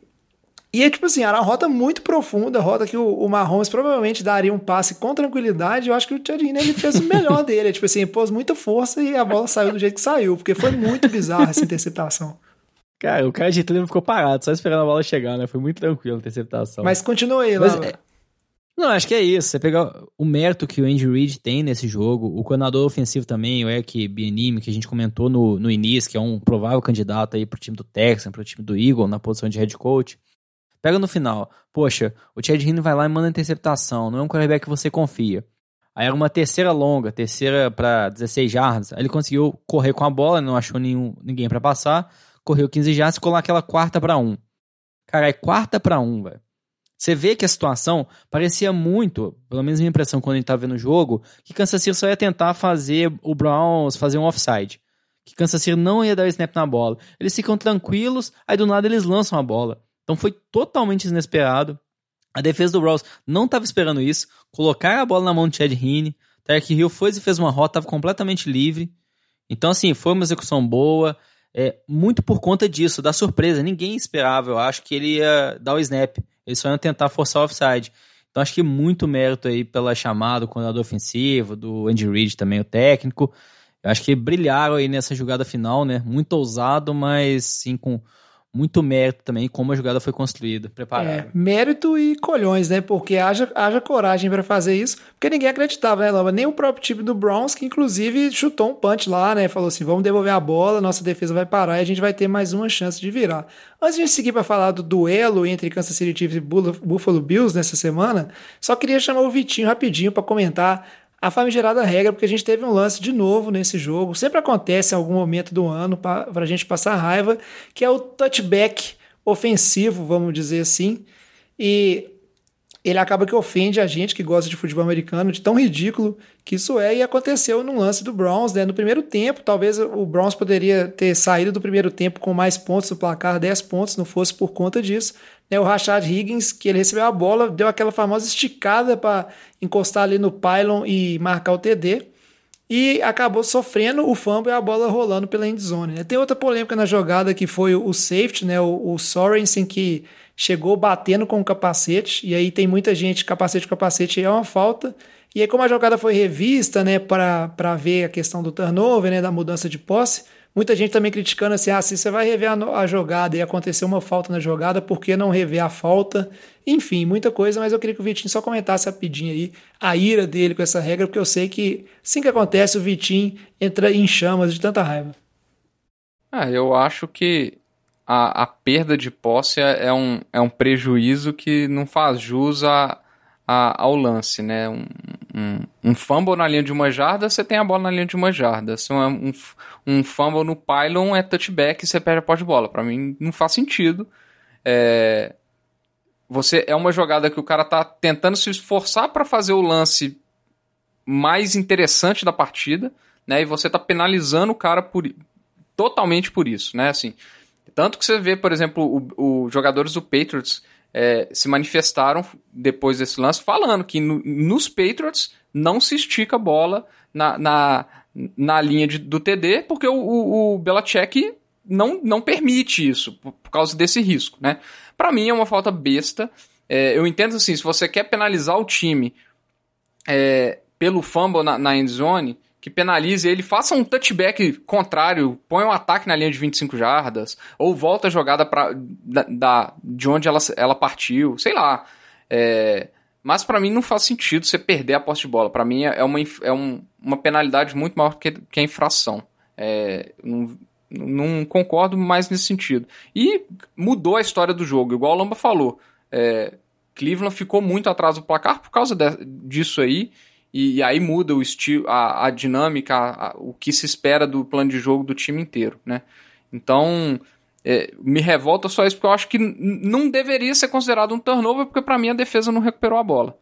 é tipo assim, era uma rota muito profunda, rota que o Mahomes provavelmente daria um passe com tranquilidade. Eu acho que o Chad Henne, ele fez o melhor dele. Tipo assim, pôs muita força e a bola saiu do jeito que saiu, porque foi muito bizarra essa interceptação. Cara, o cara de Cleveland ficou parado, só esperando a bola chegar, né? Foi muito tranquilo a interceptação. Mas continua aí, Lava. Não, acho que é isso. Você pegar o mérito que o Andy Reid tem nesse jogo, o coordenador ofensivo também, o Eric Bieniemy, que a gente comentou no início, que é um provável candidato aí pro time do Texans, pro time do Eagle, na posição de head coach. Pega no final. Poxa, o Chad Henne vai lá e manda interceptação. Não é um quarterback que você confia. Aí era uma terceira longa, terceira para 16 jardas. Aí ele conseguiu correr com a bola, não achou ninguém para passar. Correu 15 jardas e ficou lá aquela 4ª-1. Cara, é 4ª-1, velho. Você vê que a situação parecia muito, pelo menos a minha impressão quando a gente tava vendo o jogo, que Kansas City só ia tentar fazer o Browns fazer um offside. Que Kansas City não ia dar o snap na bola. Eles ficam tranquilos, aí do nada eles lançam a bola. Então foi totalmente inesperado. A defesa do Browns não estava esperando isso. Colocaram a bola na mão do Chad Henne. Tyreek Hill foi e fez uma rota, estava completamente livre. Então, assim, foi uma execução boa. Muito por conta disso, da surpresa. Ninguém esperava, eu acho, que ele ia dar o snap. Eles só iam tentar forçar o offside. Então, acho que muito mérito aí pela chamada do coordenador ofensivo, do Andy Reid também, o técnico. Eu acho que brilharam aí nessa jogada final, né? Muito ousado, mas sim com muito mérito também como a jogada foi construída, preparada. Mérito e colhões, né? Porque haja coragem para fazer isso, porque ninguém acreditava, né, Lamba? Nem o próprio time do Browns, que inclusive chutou um punch lá, né? Falou assim, vamos devolver a bola, nossa defesa vai parar e a gente vai ter mais uma chance de virar. Antes de a gente seguir para falar do duelo entre Kansas City Chiefs e Buffalo Bills nessa semana, só queria chamar o Vitinho rapidinho para comentar a famigerada regra, porque a gente teve um lance de novo nesse jogo, sempre acontece em algum momento do ano para a gente passar raiva, que é o touchback ofensivo, vamos dizer assim, e ele acaba que ofende a gente que gosta de futebol americano, de tão ridículo que isso é, e aconteceu num lance do Browns, né? No primeiro tempo, talvez o Browns poderia ter saído do primeiro tempo com mais pontos no placar, 10 pontos, não fosse por conta disso, né? O Rashad Higgins, que ele recebeu a bola, deu aquela famosa esticada para encostar ali no pylon e marcar o TD, e acabou sofrendo o fumble e a bola rolando pela endzone, né? Tem outra polêmica na jogada que foi o safety, né? O Sorensen, que chegou batendo com o capacete, e aí tem muita gente, capacete com capacete é uma falta, e aí como a jogada foi revista, né, para ver a questão do turnover, né, da mudança de posse, muita gente também criticando assim, se você vai rever a jogada e aconteceu uma falta na jogada, por que não rever a falta? Enfim, muita coisa, mas eu queria que o Vitinho só comentasse rapidinho aí a ira dele com essa regra, porque eu sei que assim que acontece o Vitinho entra em chamas de tanta raiva. Eu acho que a perda de posse é um prejuízo que não faz jus ao lance, né? Um fumble na linha de uma jarda, você tem a bola na linha de uma jarda. Se um fumble no pylon é touchback e você perde a posse de bola. Pra mim não faz sentido. É uma jogada que o cara tá tentando se esforçar para fazer o lance mais interessante da partida, né? E você tá penalizando o cara totalmente por isso, né? Assim, tanto que você vê, por exemplo, os jogadores do Patriots se manifestaram depois desse lance falando que nos Patriots não se estica a bola na linha do TD, porque o Belichick não permite isso, por causa desse risco, né? Pra mim é uma falta besta. Eu entendo assim, se você quer penalizar o time pelo fumble na endzone, que penalize ele, faça um touchback contrário, põe um ataque na linha de 25 jardas, ou volta a jogada de onde ela partiu, sei lá. Mas pra mim não faz sentido você perder a posse de bola. Pra mim é uma penalidade muito maior que a infração. Não concordo mais nesse sentido. E mudou a história do jogo, igual o Lamba falou. Cleveland ficou muito atrás do placar por causa disso aí, e aí muda o estilo, a dinâmica, o que se espera do plano de jogo do time inteiro, né? Então, me revolta só isso, porque eu acho que não deveria ser considerado um turnover, porque pra mim a defesa não recuperou a bola.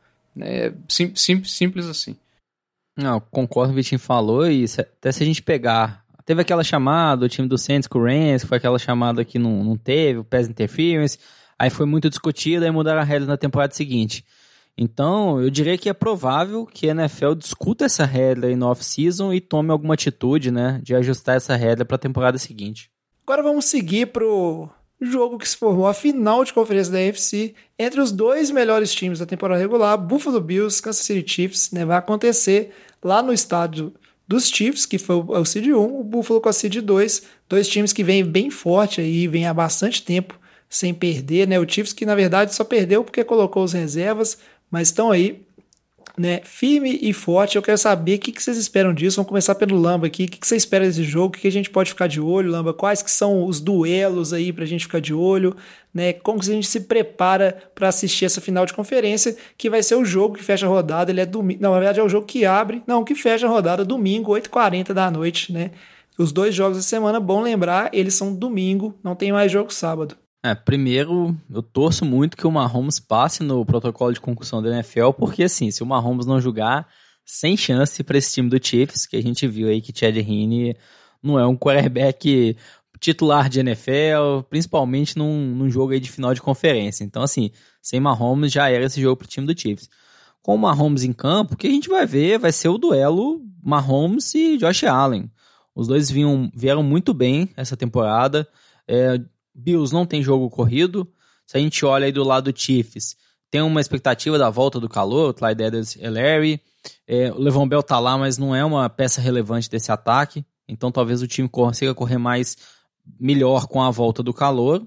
Simples assim. Não, concordo com o Vitinho falou, e até se a gente pegar... Teve aquela chamada, o time do Saints com o Rams, foi aquela chamada que não teve, o pass interference, aí foi muito discutido, aí mudaram a regra na temporada seguinte. Então, eu diria que é provável que a NFL discuta essa regra aí no off-season e tome alguma atitude, né, de ajustar essa regra para a temporada seguinte. Agora vamos seguir pro jogo que se formou a final de conferência da AFC entre os dois melhores times da temporada regular, Buffalo Bills, Kansas City Chiefs, né, vai acontecer lá no estádio dos Chiefs, que foi o seed 1, o Buffalo com a seed 2, dois times que vêm bem forte aí, vêm há bastante tempo sem perder, né, o Chiefs que na verdade só perdeu porque colocou os reservas, mas estão aí, né, firme e forte. Eu quero saber o que vocês esperam disso. Vamos começar pelo Lamba aqui. O que você espera desse jogo? O que a gente pode ficar de olho, Lamba? Quais que são os duelos aí pra gente ficar de olho, né? Como que a gente se prepara para assistir essa final de conferência, que vai ser o jogo que fecha a rodada. Ele é domingo. Não, na verdade é o jogo que abre. Não, que fecha a rodada domingo, 8h40 da noite, né? Os dois jogos da semana, bom lembrar, eles são domingo, não tem mais jogo sábado. Primeiro, eu torço muito que o Mahomes passe no protocolo de concussão da NFL, porque assim, se o Mahomes não jogar, sem chance para esse time do Chiefs, que a gente viu aí que Chad Henne não é um quarterback titular de NFL, principalmente num jogo aí de final de conferência. Então assim, sem Mahomes já era esse jogo pro time do Chiefs. Com o Mahomes em campo, o que a gente vai ver vai ser o duelo Mahomes e Josh Allen. Os dois vieram muito bem essa temporada. Bills não tem jogo corrido. Se a gente olha aí do lado do Chiefs, tem uma expectativa da volta do calor, o Clyde Edwards-Helaire. O Le'Veon Bell tá lá, mas não é uma peça relevante desse ataque. Então talvez o time consiga correr melhor com a volta do calor.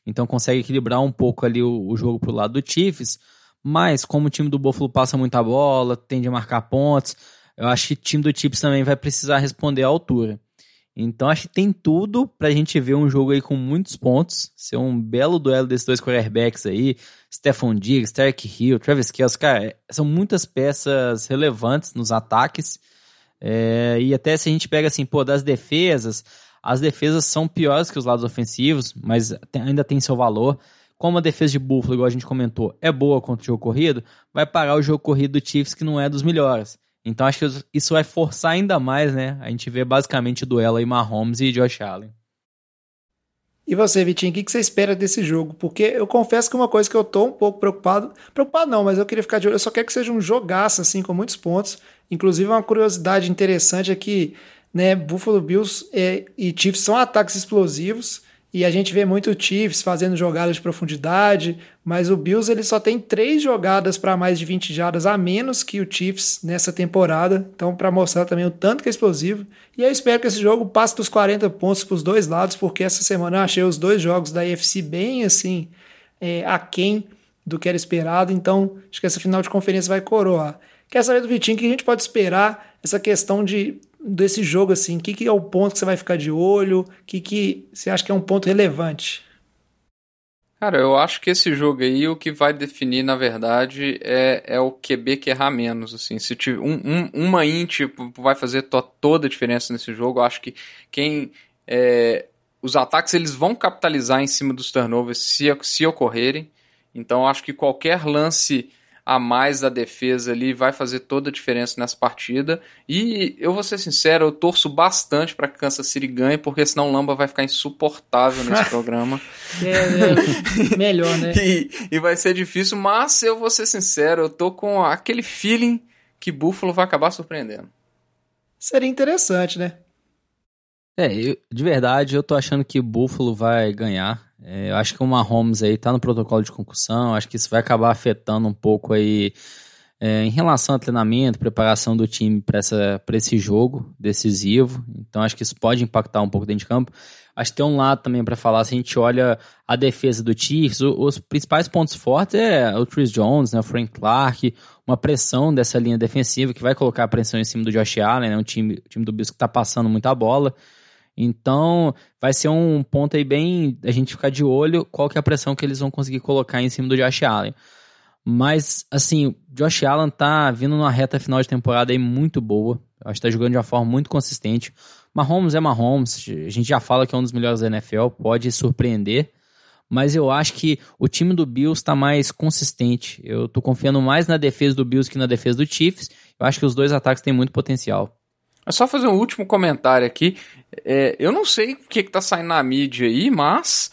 então consegue equilibrar um pouco ali o jogo pro lado do Chiefs, mas como o time do Buffalo passa muita bola, tende a marcar pontos, eu acho que o time do Chiefs também vai precisar responder à altura. Então acho que tem tudo pra gente ver um jogo aí com muitos pontos, ser um belo duelo desses dois quarterbacks aí, Stephon Diggs, Tyreek Hill, Travis Kelce, cara, são muitas peças relevantes nos ataques, e até se a gente pega assim, das defesas, as defesas são piores que os lados ofensivos, mas ainda tem seu valor. Como a defesa de Buffalo, igual a gente comentou, é boa contra o jogo corrido, vai parar o jogo corrido do Chiefs, que não é dos melhores. Então acho que isso vai forçar ainda mais, né? A gente vê basicamente o duelo aí Mahomes e Josh Allen. E você, Vitinho, o que você espera desse jogo? Porque eu confesso que uma coisa que eu tô um pouco preocupado não, mas eu queria ficar de olho, eu só quero que seja um jogaço, assim, com muitos pontos. Inclusive, uma curiosidade interessante é que, né, Buffalo Bills e Chiefs são ataques explosivos, e a gente vê muito o Chiefs fazendo jogadas de profundidade, mas o Bills ele só tem 3 jogadas para mais de 20 jardas a menos que o Chiefs nessa temporada, então para mostrar também o tanto que é explosivo. E eu espero que esse jogo passe dos 40 pontos para os dois lados, porque essa semana eu achei os dois jogos da AFC bem assim, aquém do que era esperado, então acho que essa final de conferência vai coroar. Quer saber do Vitinho o que a gente pode esperar essa questão desse jogo, assim, o que é o ponto que você vai ficar de olho, o que você acha que é um ponto relevante? Cara, eu acho que esse jogo aí, o que vai definir, na verdade, é o QB que errar menos, assim, se tiver uma int vai fazer toda a diferença nesse jogo. Eu acho que os ataques, eles vão capitalizar em cima dos turnovers se ocorrerem, então eu acho que qualquer lance a mais da defesa ali vai fazer toda a diferença nessa partida. E eu vou ser sincero, eu torço bastante para que Kansas City ganhe, porque senão o Lamba vai ficar insuportável nesse programa. Melhor, né? E vai ser difícil, mas eu vou ser sincero, eu tô com aquele feeling que Buffalo vai acabar surpreendendo. Seria interessante, né? De verdade, eu tô achando que Buffalo vai ganhar. Eu acho que o Mahomes aí tá no protocolo de concussão, acho que isso vai acabar afetando um pouco aí em relação ao treinamento, preparação do time para esse jogo decisivo. Então acho que isso pode impactar um pouco dentro de campo. Acho que tem um lado também para falar, se a gente olha a defesa do Chiefs, os principais pontos fortes é o Chris Jones, né, o Frank Clark, uma pressão dessa linha defensiva que vai colocar a pressão em cima do Josh Allen, né, um time do Bills que tá passando muita bola. Então, vai ser um ponto aí bem a gente ficar de olho qual que é a pressão que eles vão conseguir colocar em cima do Josh Allen. Mas, assim, o Josh Allen tá vindo numa reta final de temporada aí muito boa. Eu acho que tá jogando de uma forma muito consistente. Mahomes é Mahomes, a gente já fala que é um dos melhores da NFL, pode surpreender. Mas eu acho que o time do Bills tá mais consistente. Eu tô confiando mais na defesa do Bills que na defesa do Chiefs. Eu acho que os dois ataques têm muito potencial. É só fazer um último comentário aqui. Eu não sei o que tá saindo na mídia aí, mas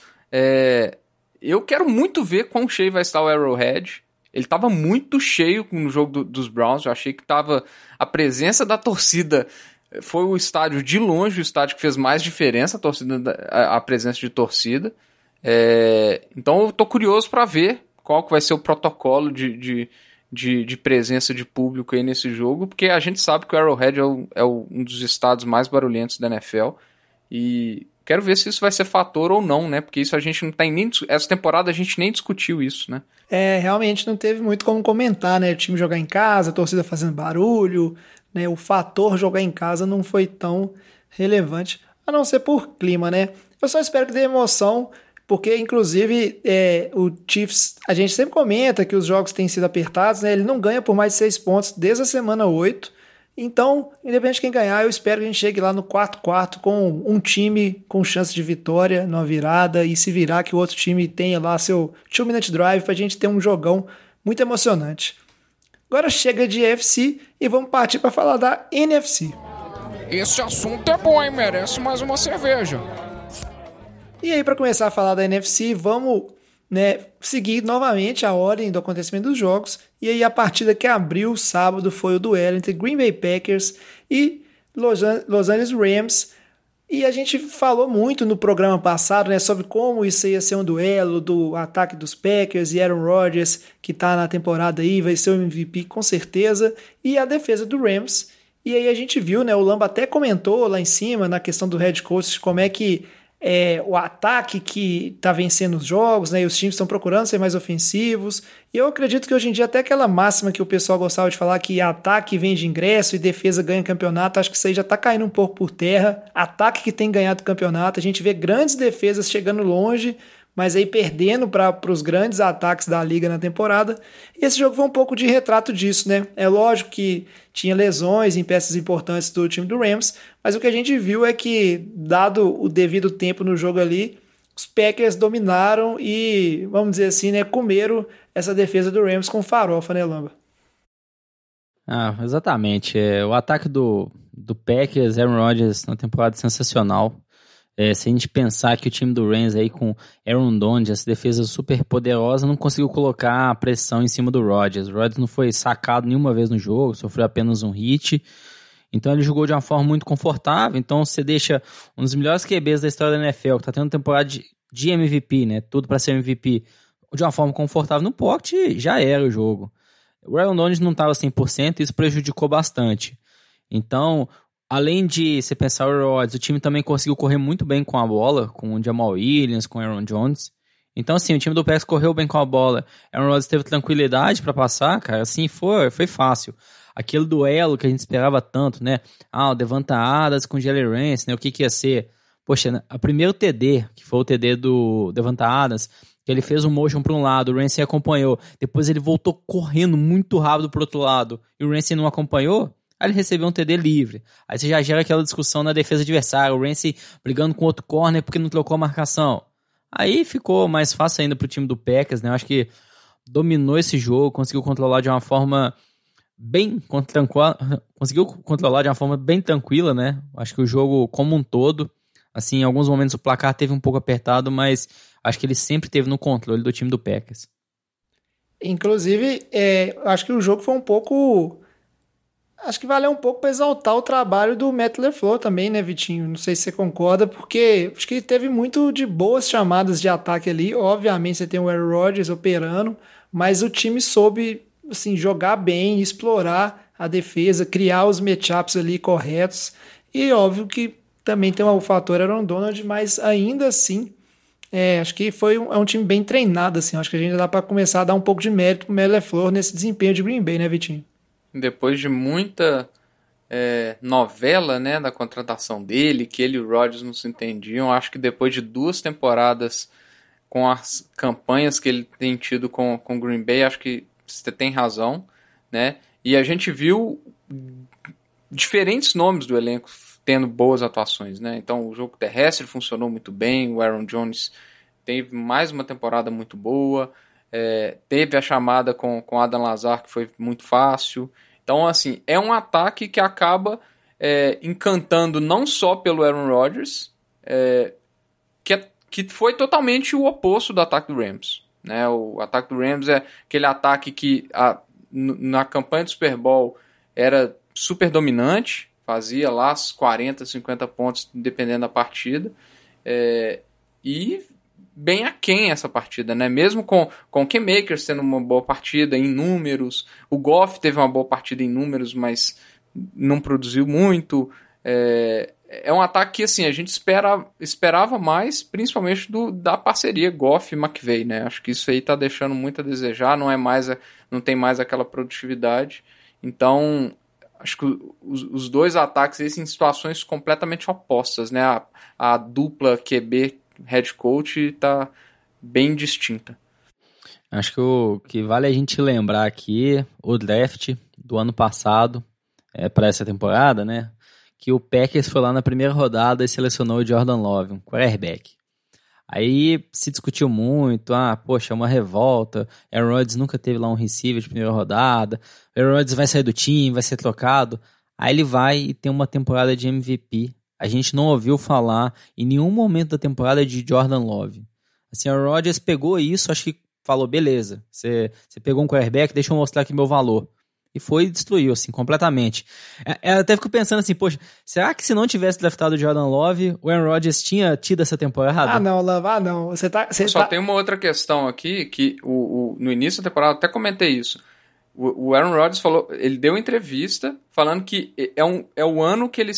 eu quero muito ver quão cheio vai estar o Arrowhead. Ele tava muito cheio no jogo dos Browns. Eu achei que a presença da torcida foi o estádio de longe, o estádio que fez mais diferença, a presença de torcida. Então eu tô curioso para ver qual que vai ser o protocolo de presença de público aí nesse jogo, porque a gente sabe que o Arrowhead é um dos estados mais barulhentos da NFL, e quero ver se isso vai ser fator ou não, né, porque isso a gente não tem nem, essa temporada a gente nem discutiu isso, né. Realmente não teve muito como comentar, né, o time jogar em casa, a torcida fazendo barulho, né, o fator jogar em casa não foi tão relevante, a não ser por clima, né. Eu só espero que dê emoção, porque, inclusive, o Chiefs, a gente sempre comenta que os jogos têm sido apertados, né? Ele não ganha por mais de 6 pontos desde a semana 8. Então, independente de quem ganhar, eu espero que a gente chegue lá no quarto com um time com chance de vitória numa virada, e se virar que o outro time tenha lá seu 2-minute drive pra gente ter um jogão muito emocionante. Agora chega de AFC e vamos partir para falar da NFC. Esse assunto é bom, hein? Merece mais uma cerveja. E aí, para começar a falar da NFC, vamos, né, seguir novamente a ordem do acontecimento dos jogos. E aí, a partida que abriu sábado foi o duelo entre Green Bay Packers e Los Angeles Rams. E a gente falou muito no programa passado, né, sobre como isso ia ser um duelo do ataque dos Packers e Aaron Rodgers, que está na temporada aí, vai ser o MVP com certeza, e a defesa do Rams. E aí a gente viu, né, o Lamba até comentou lá em cima, na questão do head coach, como é que o ataque que está vencendo os jogos, né? E os times estão procurando ser mais ofensivos. E eu acredito que hoje em dia até aquela máxima que o pessoal gostava de falar que ataque vende ingresso e defesa ganha campeonato, acho que isso aí já está caindo um pouco por terra. Ataque que tem ganhado campeonato, a gente vê grandes defesas chegando longe, mas aí perdendo para os grandes ataques da liga na temporada. E esse jogo foi um pouco de retrato disso, né? É lógico que tinha lesões em peças importantes do time do Rams, mas o que a gente viu é que, dado o devido tempo no jogo ali, os Packers dominaram e, vamos dizer assim, né, comeram essa defesa do Rams com farofa, né, Lamba? Exatamente. O ataque do Packers, Aaron Rodgers, na temporada sensacional. Se a gente pensar que o time do Rams aí com Aaron Donald, essa defesa super poderosa, não conseguiu colocar a pressão em cima do Rodgers. O Rodgers não foi sacado nenhuma vez no jogo, sofreu apenas um hit. Então ele jogou de uma forma muito confortável. Então você deixa um dos melhores QBs da história da NFL, que tá tendo temporada de MVP, né? Tudo para ser MVP, de uma forma confortável no pocket, já era o jogo. O Aaron Donald não estava 100%, isso prejudicou bastante. Então, além de você pensar o Rodgers, o time também conseguiu correr muito bem com a bola, com o Jamal Williams, com o Aaron Jones. Então, assim, o time do Packers correu bem com a bola. Aaron Rodgers teve tranquilidade para passar, cara. Assim, foi fácil. Aquele duelo que a gente esperava tanto, né? O Devonta Adams com o Jalen Ramsey, né? O que ia ser? Poxa, o primeiro TD, que foi o TD do Devonta Adams, que ele fez um motion para um lado, o Ramsey acompanhou. Depois ele voltou correndo muito rápido pro outro lado. E o Ramsey não acompanhou. Aí ele recebeu um TD livre. Aí você já gera aquela discussão na defesa adversária. O Ramsey brigando com outro corner porque não trocou a marcação. Aí ficou mais fácil ainda pro time do Packers, né? Eu acho que dominou esse jogo, conseguiu controlar de uma forma bem tranquila. Conseguiu controlar de uma forma bem tranquila, né? Acho que o jogo como um todo, assim, em alguns momentos o placar teve um pouco apertado, mas acho que ele sempre teve no controle do time do Packers. Inclusive, acho que o jogo foi um pouco... Acho que valeu um pouco para exaltar o trabalho do Matt LaFleur também, né, Vitinho? Não sei se você concorda, porque acho que teve muito de boas chamadas de ataque ali. Obviamente você tem o Aaron Rodgers operando, mas o time soube assim, jogar bem, explorar a defesa, criar os matchups ali corretos. E óbvio que também tem o fator Aaron Donald, mas ainda assim, acho que é um time bem treinado. Assim. Acho que a gente dá para começar a dar um pouco de mérito pro Matt LaFleur nesse desempenho de Green Bay, né, Vitinho? Depois de muita novela, né, da contratação dele, que ele e o Rodgers não se entendiam, acho que depois de 2 temporadas com as campanhas que ele tem tido com o Green Bay, acho que você tem razão, né? E a gente viu diferentes nomes do elenco tendo boas atuações, né? Então o jogo terrestre funcionou muito bem, o Aaron Jones teve mais uma temporada muito boa, teve a chamada com Adam Lazar, que foi muito fácil. Então, assim, é um ataque que acaba encantando não só pelo Aaron Rodgers, que foi totalmente o oposto do ataque do Rams. Né? O ataque do Rams é aquele ataque que na campanha do Super Bowl era super dominante, fazia lá 40, 50 pontos, dependendo da partida, e bem aquém essa partida, né? Mesmo com o Cam Akers tendo uma boa partida em números, o Goff teve uma boa partida em números, mas não produziu muito. É um ataque que assim, a gente esperava mais, principalmente da parceria Goff e McVay, né? Acho que isso aí tá deixando muito a desejar, não tem mais aquela produtividade. Então, acho que os dois ataques em situações completamente opostas, né? A dupla QB head coach está bem distinta. Acho que o que vale a gente lembrar aqui, o draft do ano passado, para essa temporada, né? Que o Packers foi lá na primeira rodada e selecionou o Jordan Love, um quarterback. Aí se discutiu muito, poxa, é uma revolta, Aaron Rodgers nunca teve lá um receiver de primeira rodada, Aaron Rodgers vai sair do time, vai ser trocado. Aí ele vai e tem uma temporada de MVP. A gente não ouviu falar em nenhum momento da temporada de Jordan Love. Assim, o Rodgers pegou isso, acho que falou, beleza, você pegou um quarterback, deixa eu mostrar aqui meu valor. E foi e destruiu, assim, completamente. Eu até fico pensando assim, poxa, será que se não tivesse draftado o Jordan Love, o Aaron Rodgers tinha tido essa temporada? Não, Love, não. Só tem uma outra questão aqui, que no início da temporada, eu até comentei isso. O Aaron Rodgers falou, ele deu entrevista falando que é o ano que ele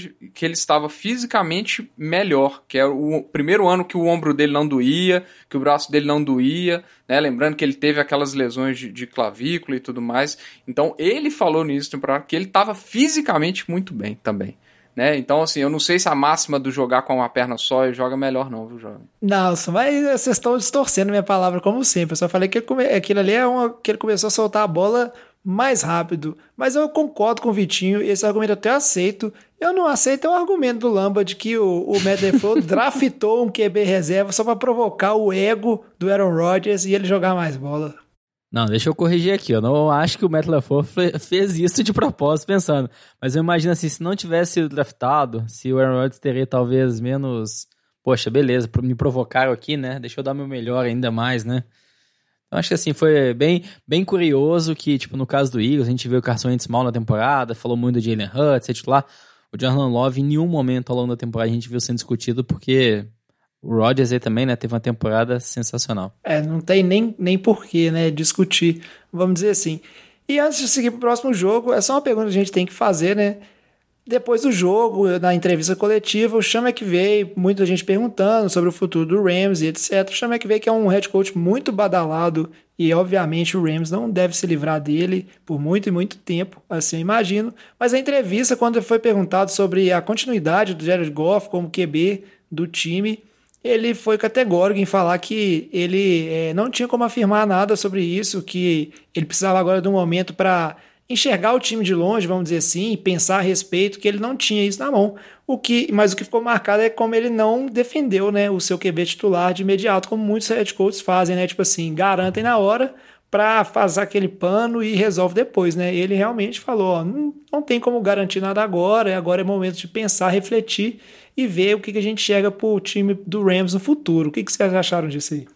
estava fisicamente melhor, que é o primeiro ano que o ombro dele não doía, que o braço dele não doía, né? Lembrando que ele teve aquelas lesões de clavícula e tudo mais. Então ele falou nisso temporada que ele estava fisicamente muito bem também. Né? Então, assim, eu não sei se a máxima do jogar com uma perna só joga melhor não, viu, jovem? Nossa, mas vocês estão distorcendo minha palavra como sempre. Eu só falei que aquilo ali que ele começou a soltar a bola mais rápido. Mas eu concordo com o Vitinho, esse argumento eu até aceito. Eu não aceito o argumento do Lamba de que o Matt LaFleur draftou um QB reserva só para provocar o ego do Aaron Rodgers e ele jogar mais bola. Não, deixa eu corrigir aqui. Eu não acho que o Matt LaFleur fez isso de propósito pensando. Mas eu imagino assim, se não tivesse sido draftado, se o Aaron Rodgers teria talvez menos... Poxa, beleza, me provocaram aqui, né? Deixa eu dar meu melhor ainda mais, né? Então acho que assim, foi bem curioso que, tipo, no caso do Eagles, a gente viu o Carson Wentz mal na temporada, falou muito do Jalen Hurts, sei lá. O Jordan Love, em nenhum momento ao longo da temporada a gente viu sendo discutido, porque... O Rodgers aí também, né, teve uma temporada sensacional. Não tem nem porquê, né, discutir, vamos dizer assim. E antes de seguir pro próximo jogo, é só uma pergunta que a gente tem que fazer, né? Depois do jogo, na entrevista coletiva, o Sean McVay, muita gente perguntando sobre o futuro do Rams e etc. O Sean McVay, que é um head coach muito badalado, e obviamente o Rams não deve se livrar dele por muito e muito tempo, assim eu imagino. Mas a entrevista, quando foi perguntado sobre a continuidade do Jared Goff como QB do time, ele foi categórico em falar que ele não tinha como afirmar nada sobre isso, que ele precisava agora de um momento para enxergar o time de longe, vamos dizer assim, e pensar a respeito, que ele não tinha isso na mão. Mas o que ficou marcado é como ele não defendeu, né, o seu QB titular de imediato, como muitos head coaches fazem, né, tipo assim, garantem na hora para fazer aquele pano e resolve depois, né? Ele realmente falou, não tem como garantir nada agora é momento de pensar, refletir e ver o que a gente chega pro time do Rams no futuro. O que vocês acharam disso aí?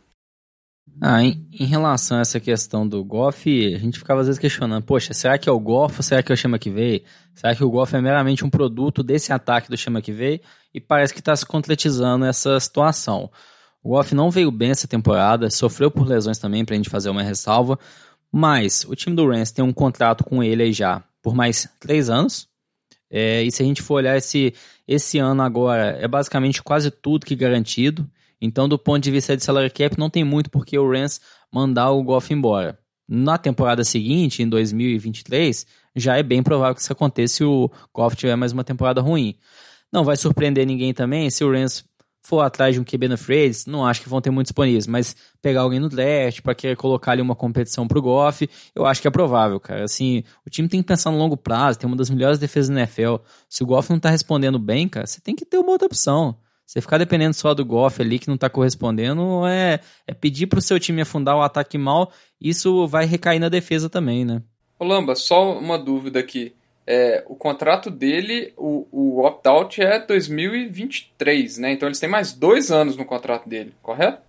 Em relação a essa questão do Goff, a gente ficava às vezes questionando, poxa, será que é o Goff ou será que é o Sean McVay? Será que o Goff é meramente um produto desse ataque do Sean McVay? E parece que está se concretizando essa situação. O Goff não veio bem essa temporada, sofreu por lesões também, pra gente fazer uma ressalva, mas o time do Rams tem um contrato com ele aí já por mais 3 anos, e se a gente for olhar esse ano agora, é basicamente quase tudo que garantido, então do ponto de vista de salary cap não tem muito porque o Rams mandar o Goff embora. Na temporada seguinte, em 2023, já é bem provável que isso aconteça se o Goff tiver mais uma temporada ruim. Não vai surpreender ninguém também se o Rams for atrás de um QB no free agency, não acho que vão ter muito disponíveis, mas pegar alguém no draft para querer colocar ali uma competição pro Goff, eu acho que é provável, cara. Assim, o time tem que pensar no longo prazo, tem uma das melhores defesas da NFL. Se o Goff não tá respondendo bem, cara, você tem que ter uma outra opção. Você ficar dependendo só do Goff ali que não tá correspondendo é pedir pro seu time afundar o ataque mal, isso vai recair na defesa também, né? Ô Lamba, só uma dúvida aqui. O contrato dele, o opt-out é 2023, né? Então eles têm mais 2 anos no contrato dele, correto?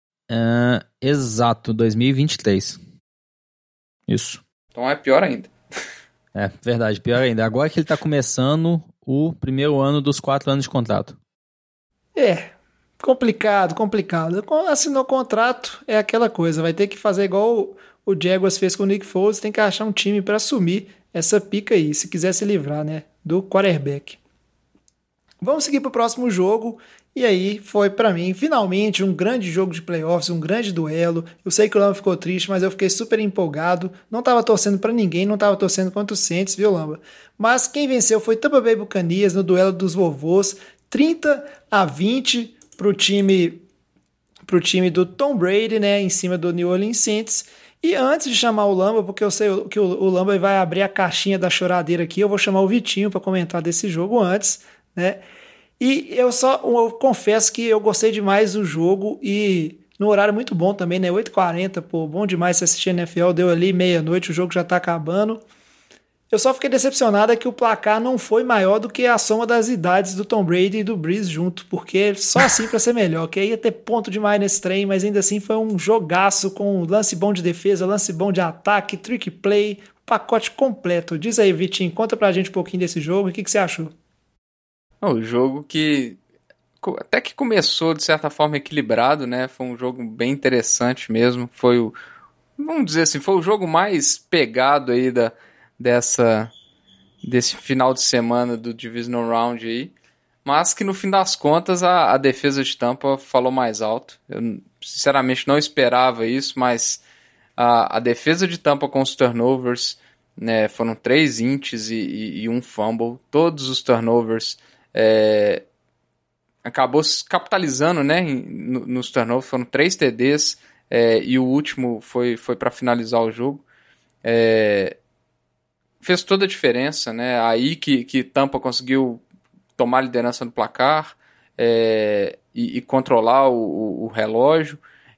Exato, 2023. Isso. Então é pior ainda. É, verdade, pior ainda. Agora que ele tá começando o primeiro ano dos 4 anos de contrato. Complicado. Assinou o contrato, é aquela coisa, vai ter que fazer igual o Jaguars fez com o Nick Foles, tem que achar um time para assumir essa pica aí, se quiser se livrar, né, do quarterback. Vamos seguir para o próximo jogo, e aí foi para mim, finalmente, um grande jogo de playoffs, um grande duelo. Eu sei que o Lamba ficou triste, mas eu fiquei super empolgado, não estava torcendo para ninguém, não estava torcendo contra o Saints, viu, Lamba? Mas quem venceu foi Tampa Bay Buccaneers no duelo dos vovôs, 30-20 pro time do Tom Brady, né, em cima do New Orleans Saints. E antes de chamar o Lamba, porque eu sei que o Lamba vai abrir a caixinha da choradeira aqui, eu vou chamar o Vitinho para comentar desse jogo antes, né? E eu confesso que eu gostei demais do jogo e no horário muito bom também, né? 8h40, pô, bom demais você assistir NFL, deu ali meia-noite, o jogo já tá acabando. Eu só fiquei decepcionado que o placar não foi maior do que a soma das idades do Tom Brady e do Breeze junto, porque só assim para ser melhor, que ia ter ponto demais nesse trem, mas ainda assim foi um jogaço com lance bom de defesa, lance bom de ataque, trick play, pacote completo. Diz aí, Vitinho, conta pra gente um pouquinho desse jogo, o que você achou? O jogo que até que começou de certa forma equilibrado, né? Foi um jogo bem interessante mesmo, foi vamos dizer assim, foi o jogo mais pegado aí desse final de semana do Divisional Round aí, mas que no fim das contas a defesa de Tampa falou mais alto. Eu sinceramente não esperava isso, mas a defesa de Tampa com os turnovers, né, foram 3 ints e um fumble, todos os turnovers acabou capitalizando, né, nos turnovers, foram 3 TDs, e o último foi para finalizar o jogo. Fez toda a diferença, né, aí que Tampa conseguiu tomar a liderança no placar e controlar o relógio.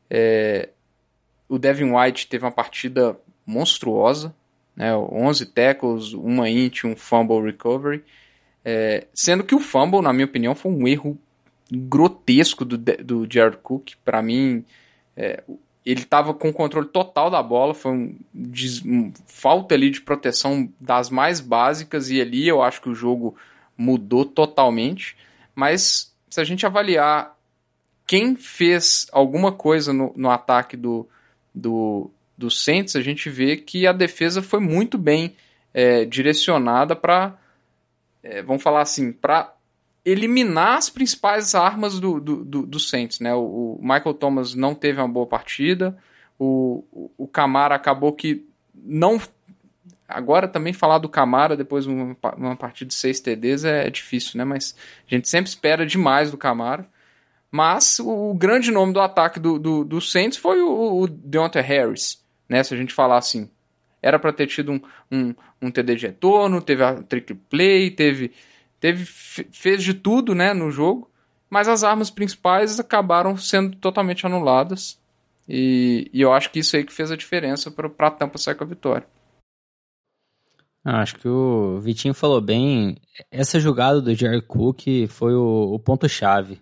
O Devin White teve uma partida monstruosa, né, 11 tackles, uma int, um fumble recovery, sendo que o fumble, na minha opinião, foi um erro grotesco do Jared Cook. Para mim, ele estava com o controle total da bola, foi uma falta ali de proteção das mais básicas, e ali eu acho que o jogo mudou totalmente. Mas se a gente avaliar quem fez alguma coisa no ataque do Saints, a gente vê que a defesa foi muito bem direcionada para, vamos falar assim, para eliminar as principais armas do Saints, né? O Michael Thomas não teve uma boa partida, o Kamara acabou que não... Agora também falar do Kamara depois de uma partida de 6 TDs é difícil, né? Mas a gente sempre espera demais do Kamara. Mas o grande nome do ataque do Saints foi o Deontay Harris, né? Se a gente falar assim, era para ter tido um TD de retorno, teve a trick play, fez de tudo, né, no jogo, mas as armas principais acabaram sendo totalmente anuladas, e eu acho que isso aí que fez a diferença para a Tampa sair com a vitória. Acho que o Vitinho falou bem. Essa jogada do Jared Cook foi o ponto-chave.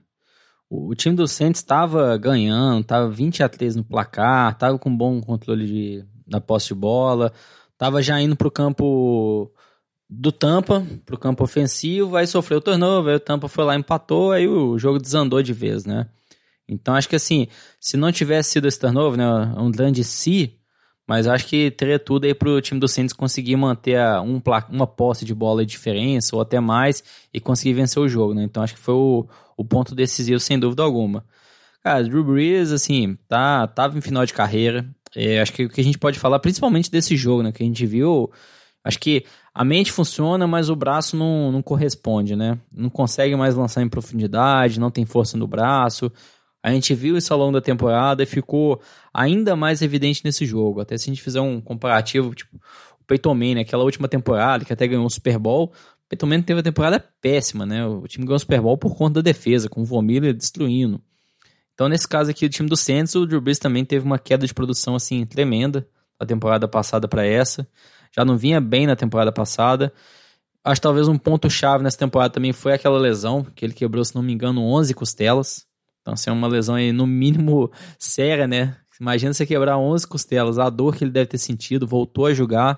O time do Saints estava ganhando, estava 20-3 no placar, estava com bom controle da posse de bola, estava já indo para o campo do Tampa, para o campo ofensivo, aí sofreu o turnover, aí o Tampa foi lá e empatou, aí o jogo desandou de vez, né? Então acho que assim, se não tivesse sido esse turnover, né, um grande si, mas acho que teria tudo aí pro time do Saints conseguir manter uma posse de bola de diferença, ou até mais, e conseguir vencer o jogo, né? Então acho que foi o ponto decisivo, sem dúvida alguma. Cara, Drew Brees, assim, tava em final de carreira. Acho que o que a gente pode falar, principalmente desse jogo, né? Que a gente viu, acho que a mente funciona, mas o braço não corresponde, né? Não consegue mais lançar em profundidade, não tem força no braço. A gente viu isso ao longo da temporada e ficou ainda mais evidente nesse jogo. Até se a gente fizer um comparativo, tipo, o Peyton Manning, aquela última temporada, que até ganhou o Super Bowl, o Peyton Manning teve uma temporada péssima, né? O time ganhou o Super Bowl por conta da defesa, com o Von Miller destruindo. Então, nesse caso aqui, o time do Saints, o Drew Brees também teve uma queda de produção, assim, tremenda, da temporada passada para essa. Já não vinha bem na temporada passada. Acho que talvez um ponto-chave nessa temporada também foi aquela lesão, que ele quebrou, se não me engano, 11 costelas. Então, assim, é uma lesão aí, no mínimo, séria, né? Imagina você quebrar 11 costelas, a dor que ele deve ter sentido, voltou a jogar.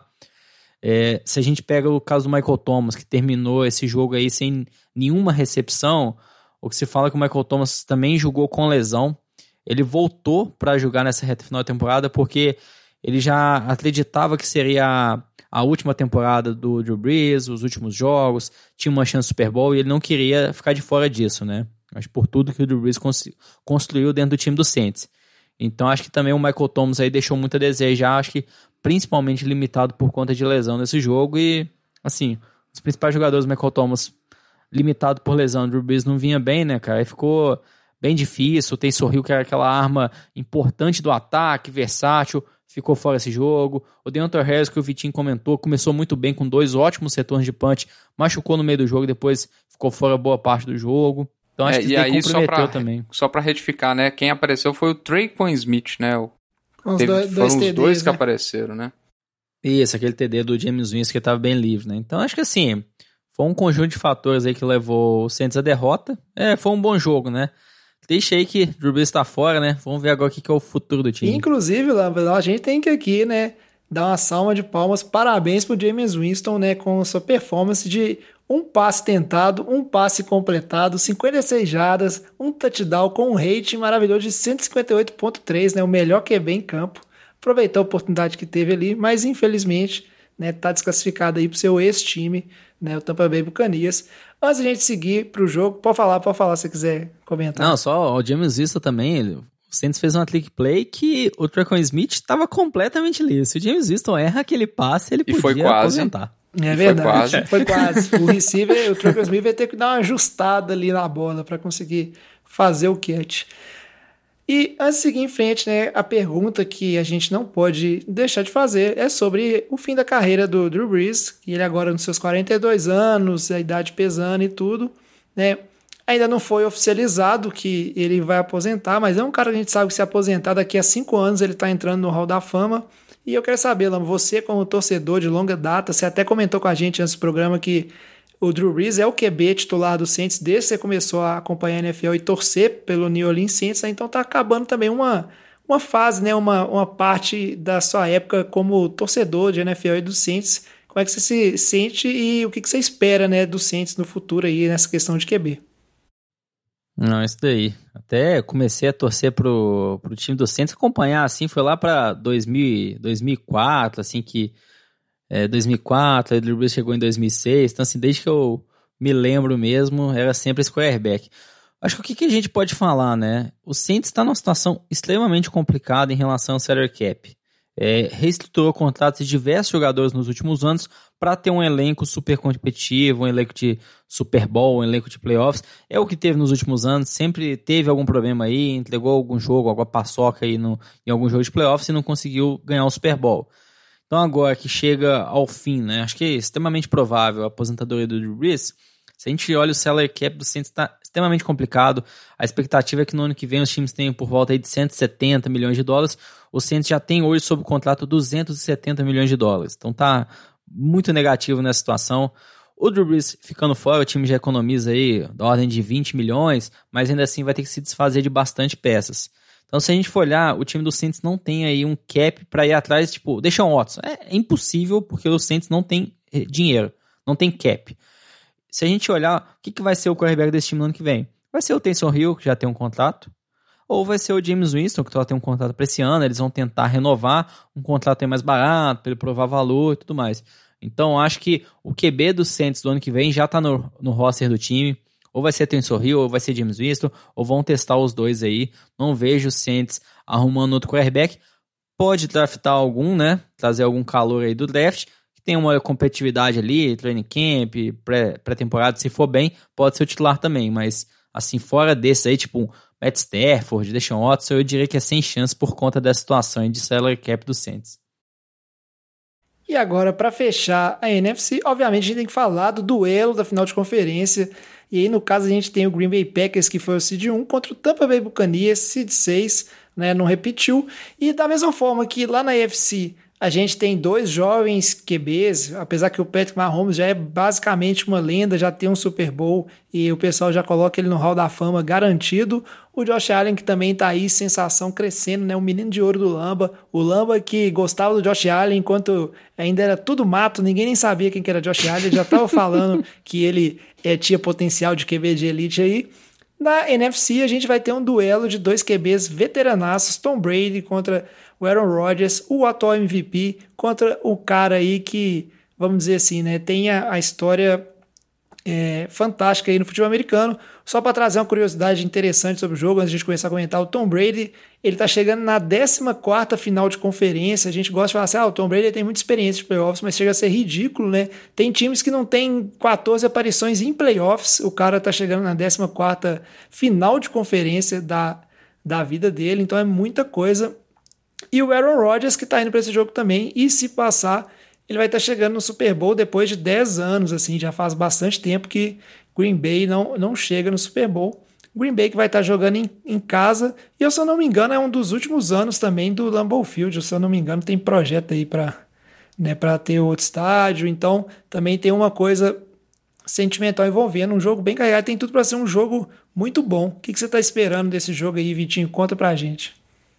Se a gente pega o caso do Michael Thomas, que terminou esse jogo aí sem nenhuma recepção, o que se fala é que o Michael Thomas também jogou com lesão. Ele voltou para jogar nessa reta final da temporada porque ele já acreditava que seria a última temporada do Drew Brees, os últimos jogos, tinha uma chance de Super Bowl e ele não queria ficar de fora disso, né? Acho por tudo que o Drew Brees construiu dentro do time do Saints. Então acho que também o Michael Thomas aí deixou muito a desejar, acho que principalmente limitado por conta de lesão nesse jogo. E assim, os principais jogadores do Michael Thomas limitado por lesão, o Drew Brees não vinha bem, né, cara? Aí ficou bem difícil. O Taysom Hill, que era aquela arma importante do ataque, versátil, ficou fora esse jogo. O Deontay Harris, que o Vitinho comentou, começou muito bem com 2 ótimos retornos de punch, machucou no meio do jogo e depois ficou fora boa parte do jogo. Então acho que isso aí comprometeu também. Só pra retificar, né? Quem apareceu foi o Tre'Quan Smith, né? Foram os dois que apareceram, né? Isso, aquele TD do James Winston que tava bem livre, né? Então acho que assim, foi um conjunto de fatores aí que levou o Saints à derrota. Foi um bom jogo, né? Deixa aí que o Drew Brees tá fora, né? Vamos ver agora o que é o futuro do time. Inclusive, a gente tem que aqui, né, dar uma salva de palmas, parabéns pro James Winston, né, com sua performance de um passe tentado, um passe completado, 56 jardas, um touchdown com um rating maravilhoso de 158.3, né, o melhor QB em campo. aproveitar a oportunidade que teve ali, mas infelizmente, né, tá desclassificado aí pro seu ex-time, né, o Tampa Bay Buccaneers. Antes de a gente seguir pro jogo, pode falar se você quiser comentar. Não, só o James Winston também, o Saints fez uma trick play que o Tre'Quan Smith estava completamente livre. Se o James Winston erra aquele passe, ele podia aposentar. É verdade, foi quase. O receiver, o Tre'Quan Smith vai ter que dar uma ajustada ali na bola para conseguir fazer o catch. E antes de seguir em frente, né, a pergunta que a gente não pode deixar de fazer é sobre o fim da carreira do Drew Brees, que ele agora nos seus 42 anos, a idade pesando e tudo, né, ainda não foi oficializado que ele vai aposentar, mas é um cara que a gente sabe que se aposentar daqui a 5 anos ele está entrando no Hall da Fama. E eu quero saber, Lama, você como torcedor de longa data, você até comentou com a gente antes do programa que o Drew Brees é o QB titular do Saints desde que você começou a acompanhar a NFL e torcer pelo New Orleans Saints, né? Então tá acabando também uma fase, né? uma parte da sua época como torcedor de NFL e do Saints. Como é que você se sente e o que você espera, né, do Saints no futuro aí nessa questão de QB? Não, isso daí. Até comecei a torcer pro time do Saints, acompanhar, assim, foi lá pra 2004, assim, que... 2004, aí o Drew Brees chegou em 2006, então assim, desde que eu me lembro mesmo, era sempre esse quarterback. Acho que o que a gente pode falar, né? O Saints está numa situação extremamente complicada em relação ao salary cap. Reestruturou contratos de diversos jogadores nos últimos anos para ter um elenco super competitivo, um elenco de Super Bowl, um elenco de playoffs. É o que teve nos últimos anos, sempre teve algum problema aí, entregou algum jogo, alguma paçoca aí em algum jogo de playoffs e não conseguiu ganhar o Super Bowl. Então agora que chega ao fim, né, acho que é extremamente provável a aposentadoria do Drew Brees. Se a gente olha o salary cap do Saints, está extremamente complicado. A expectativa é que no ano que vem os times tenham por volta aí de 170 milhões de dólares. O Saints já tem hoje sob contrato 270 milhões de dólares. Então tá muito negativo nessa situação. O Drew Brees ficando fora, o time já economiza aí da ordem de 20 milhões, mas ainda assim vai ter que se desfazer de bastante peças. Então, se a gente for olhar, o time do Saints não tem aí um cap para ir atrás, tipo, Deshaun Watson. É impossível, porque o Saints não tem dinheiro, não tem cap. Se a gente olhar, o que vai ser o quarterback desse time no ano que vem? Vai ser o Taysom Hill, que já tem um contrato, ou vai ser o James Winston, que só tem um contrato para esse ano, eles vão tentar renovar um contrato aí mais barato, para ele provar valor e tudo mais. Então, acho que o QB do Saints do ano que vem já está no roster do time. Ou vai ser Taysom Hill, ou vai ser James Winston, ou vão testar os dois aí. Não vejo o Saints arrumando outro quarterback. Pode draftar algum, né? Trazer algum calor aí do draft, que tem uma competitividade ali, training camp, pré-temporada, se for bem, pode ser o titular também. Mas, assim, fora desse aí, tipo Matt Stafford, Deshaun Watson, eu diria que é sem chance por conta da situação de salary cap do Saints. E agora, para fechar a NFC, obviamente a gente tem que falar do duelo da final de conferência. E aí, no caso, a gente tem o Green Bay Packers, que foi o seed 1, contra o Tampa Bay Buccaneers, seed 6, né, não repetiu. E da mesma forma que lá na AFC a gente tem dois jovens QBs, apesar que o Patrick Mahomes já é basicamente uma lenda, já tem um Super Bowl e o pessoal já coloca ele no Hall da Fama garantido. O Josh Allen, que também tá aí, sensação crescendo, né? O menino de ouro do Lamba. O Lamba que gostava do Josh Allen enquanto ainda era tudo mato, ninguém nem sabia quem que era Josh Allen, ele já tava falando que ele tinha potencial de QB de elite aí. Na NFC a gente vai ter um duelo de dois QBs veteranaços, Tom Brady contra o Aaron Rodgers, o atual MVP, contra o cara aí que, vamos dizer assim, né, tem a história fantástica aí no futebol americano. Só para trazer uma curiosidade interessante sobre o jogo, antes de a gente começar a comentar, o Tom Brady, ele tá chegando na 14ª final de conferência. A gente gosta de falar assim, o Tom Brady tem muita experiência de playoffs, mas chega a ser ridículo, né? Tem times que não tem 14 aparições em playoffs, o cara tá chegando na 14ª final de conferência da vida dele, então é muita coisa. E o Aaron Rodgers, que tá indo para esse jogo também, e se passar, ele vai estar chegando no Super Bowl depois de 10 anos, assim, já faz bastante tempo que Green Bay não chega no Super Bowl. Green Bay que vai estar jogando em casa, e se eu não me engano é um dos últimos anos também do Lambeau Field, se eu não me engano tem projeto aí para ter outro estádio, então também tem uma coisa sentimental envolvendo, um jogo bem carregado, tem tudo para ser um jogo muito bom. O que você está esperando desse jogo aí, Vitinho? Conta pra gente.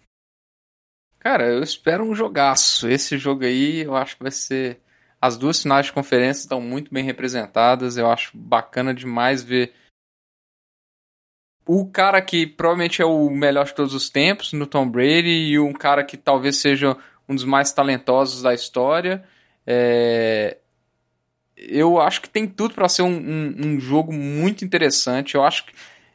Cara, eu espero um jogaço. Esse jogo aí eu acho que vai ser... As duas finais de conferência estão muito bem representadas. Eu acho bacana demais ver o cara que provavelmente é o melhor de todos os tempos no Tom Brady e um cara que talvez seja um dos mais talentosos da história. Eu acho que tem tudo para ser um jogo muito interessante. Eu acho que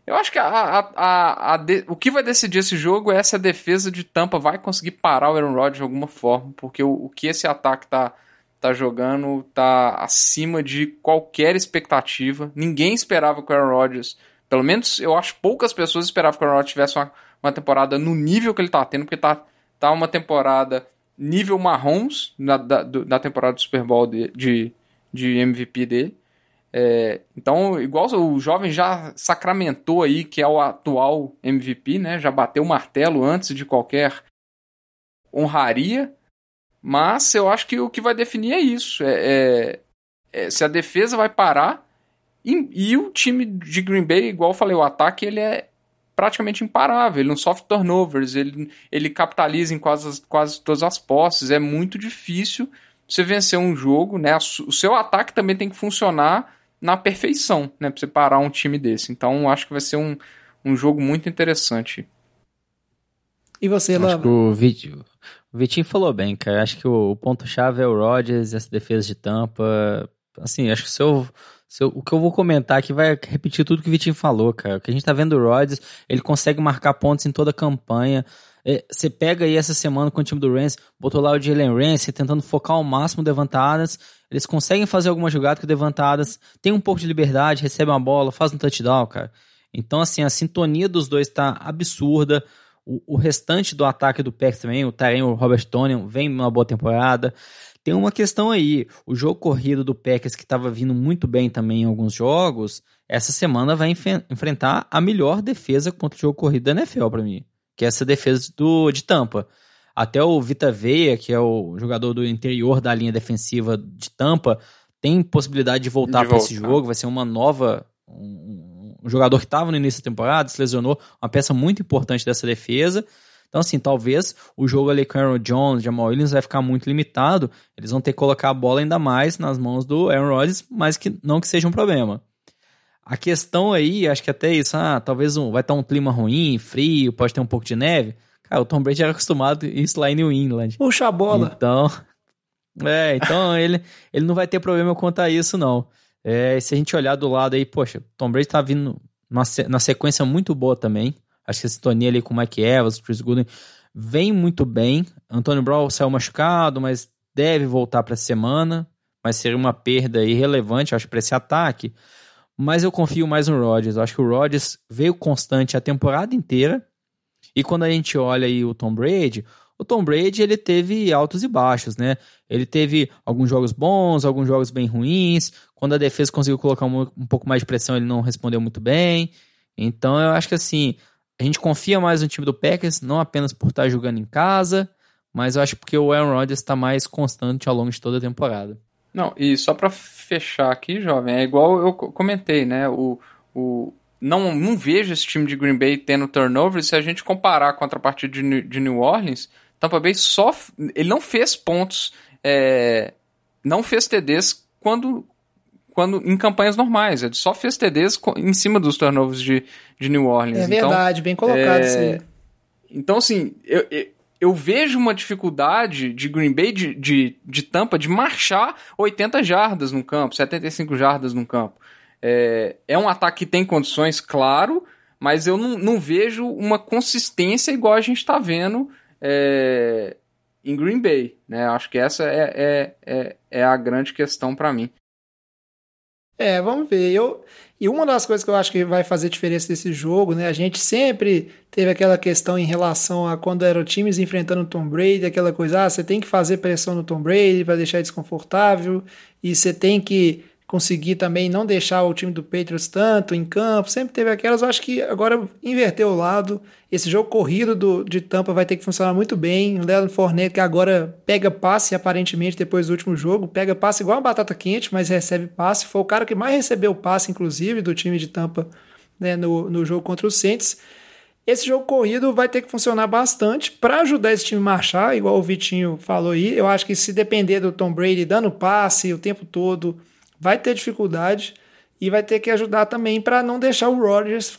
o que vai decidir esse jogo é se a defesa de Tampa vai conseguir parar o Aaron Rodgers de alguma forma, porque o que esse ataque tá jogando tá acima de qualquer expectativa. Ninguém esperava que o Aaron Rodgers, pelo menos eu acho poucas pessoas esperavam que o Aaron Rodgers tivesse uma temporada no nível que ele tá tendo, porque tá uma temporada nível Mahomes da temporada do Super Bowl de MVP dele. Então, igual o jovem já sacramentou aí que é o atual MVP, né? Já bateu o martelo antes de qualquer honraria. Mas eu acho que o que vai definir é isso. Se a defesa vai parar e o time de Green Bay, igual eu falei, o ataque ele é praticamente imparável. Ele não sofre turnovers, ele capitaliza em quase todas as posses. É muito difícil você vencer um jogo, né? O seu ataque também tem que funcionar na perfeição, né? Pra você parar um time desse. Então, acho que vai ser um jogo muito interessante. E você, Lama? Acho que o Vitinho falou bem, cara. Acho que o ponto-chave é o Rodgers e essa defesa de Tampa. Assim, acho que o que eu vou comentar aqui vai repetir tudo que o Vitinho falou, cara. O que a gente tá vendo do Rodgers, ele consegue marcar pontos em toda a campanha. Você pega aí essa semana com o time do Rams, botou lá o Jalen Ramsey tentando focar ao máximo o Davante Adams. Eles conseguem fazer alguma jogada que o Davante Adams tem um pouco de liberdade, recebe uma bola, faz um touchdown, cara. Então, assim, a sintonia dos dois tá absurda. O restante do ataque do Packers também, o Tyrene, o Robert Tonyan, vem numa boa temporada. Tem uma questão aí, o jogo corrido do Packers, que estava vindo muito bem também em alguns jogos, essa semana vai enfrentar a melhor defesa contra o jogo corrido da NFL para mim, que é essa defesa de Tampa. Até o Vita Vea, que é o jogador do interior da linha defensiva de Tampa, tem possibilidade de voltar para esse jogo, vai ser uma nova... Um jogador que estava no início da temporada, se lesionou, uma peça muito importante dessa defesa. Então, assim, talvez o jogo ali com Aaron Jones, Jamal Williams vai ficar muito limitado. Eles vão ter que colocar a bola ainda mais nas mãos do Aaron Rodgers, mas que não que seja um problema. A questão aí, acho que até isso, talvez vai estar um clima ruim, frio, pode ter um pouco de neve. Cara, o Tom Brady era acostumado a isso lá em New England. Puxa a bola. Então ele não vai ter problema quanto a isso, não. Se a gente olhar do lado aí, poxa, Tom Brady tá vindo na sequência muito boa também. Acho que a sintonia ali com o Mike Evans, Chris Godwin, vem muito bem. Antônio Brown saiu machucado, mas deve voltar para a semana. Mas seria uma perda irrelevante, acho, para esse ataque. Mas eu confio mais no Rodgers. Eu acho que o Rodgers veio constante a temporada inteira. E quando a gente olha aí o Tom Brady ele teve altos e baixos, né? Ele teve alguns jogos bons, alguns jogos bem ruins. Quando a defesa conseguiu colocar um pouco mais de pressão, ele não respondeu muito bem. Então eu acho que assim, a gente confia mais no time do Packers, não apenas por estar jogando em casa, mas eu acho porque o Aaron Rodgers está mais constante ao longo de toda a temporada. Não, e só para fechar aqui, jovem, é igual eu comentei, né? Não vejo esse time de Green Bay tendo turnover. Se a gente comparar a contrapartida de New Orleans, Tampa Bay ele não fez pontos, não fez TDs quando em campanhas normais. Ele só fez TDs em cima dos turnovers de New Orleans. É verdade, bem colocado isso aí. Então, assim, eu vejo uma dificuldade de Green Bay, de Tampa, de marchar 80 jardas no campo, 75 jardas no campo. É um ataque que tem condições, claro, mas eu não vejo uma consistência igual a gente está vendo em Green Bay, né? Acho que essa é a grande questão para mim. Vamos ver. E uma das coisas que eu acho que vai fazer diferença desse jogo, né? A gente sempre teve aquela questão em relação a quando eram times enfrentando o Tom Brady, aquela coisa, você tem que fazer pressão no Tom Brady para deixar ele desconfortável, e você tem que conseguir também não deixar o time do Patriots tanto em campo, sempre teve aquelas. Eu acho que agora inverteu o lado, esse jogo corrido de Tampa vai ter que funcionar muito bem. O Leonard Fournette, que agora pega passe, aparentemente, depois do último jogo, pega passe igual uma batata quente, mas recebe passe, foi o cara que mais recebeu passe, inclusive, do time de Tampa, né, no jogo contra os Saints. Esse jogo corrido vai ter que funcionar bastante para ajudar esse time a marchar, igual o Vitinho falou aí. Eu acho que se depender do Tom Brady dando passe o tempo todo, vai ter dificuldade, e vai ter que ajudar também para não deixar o Rodgers ficar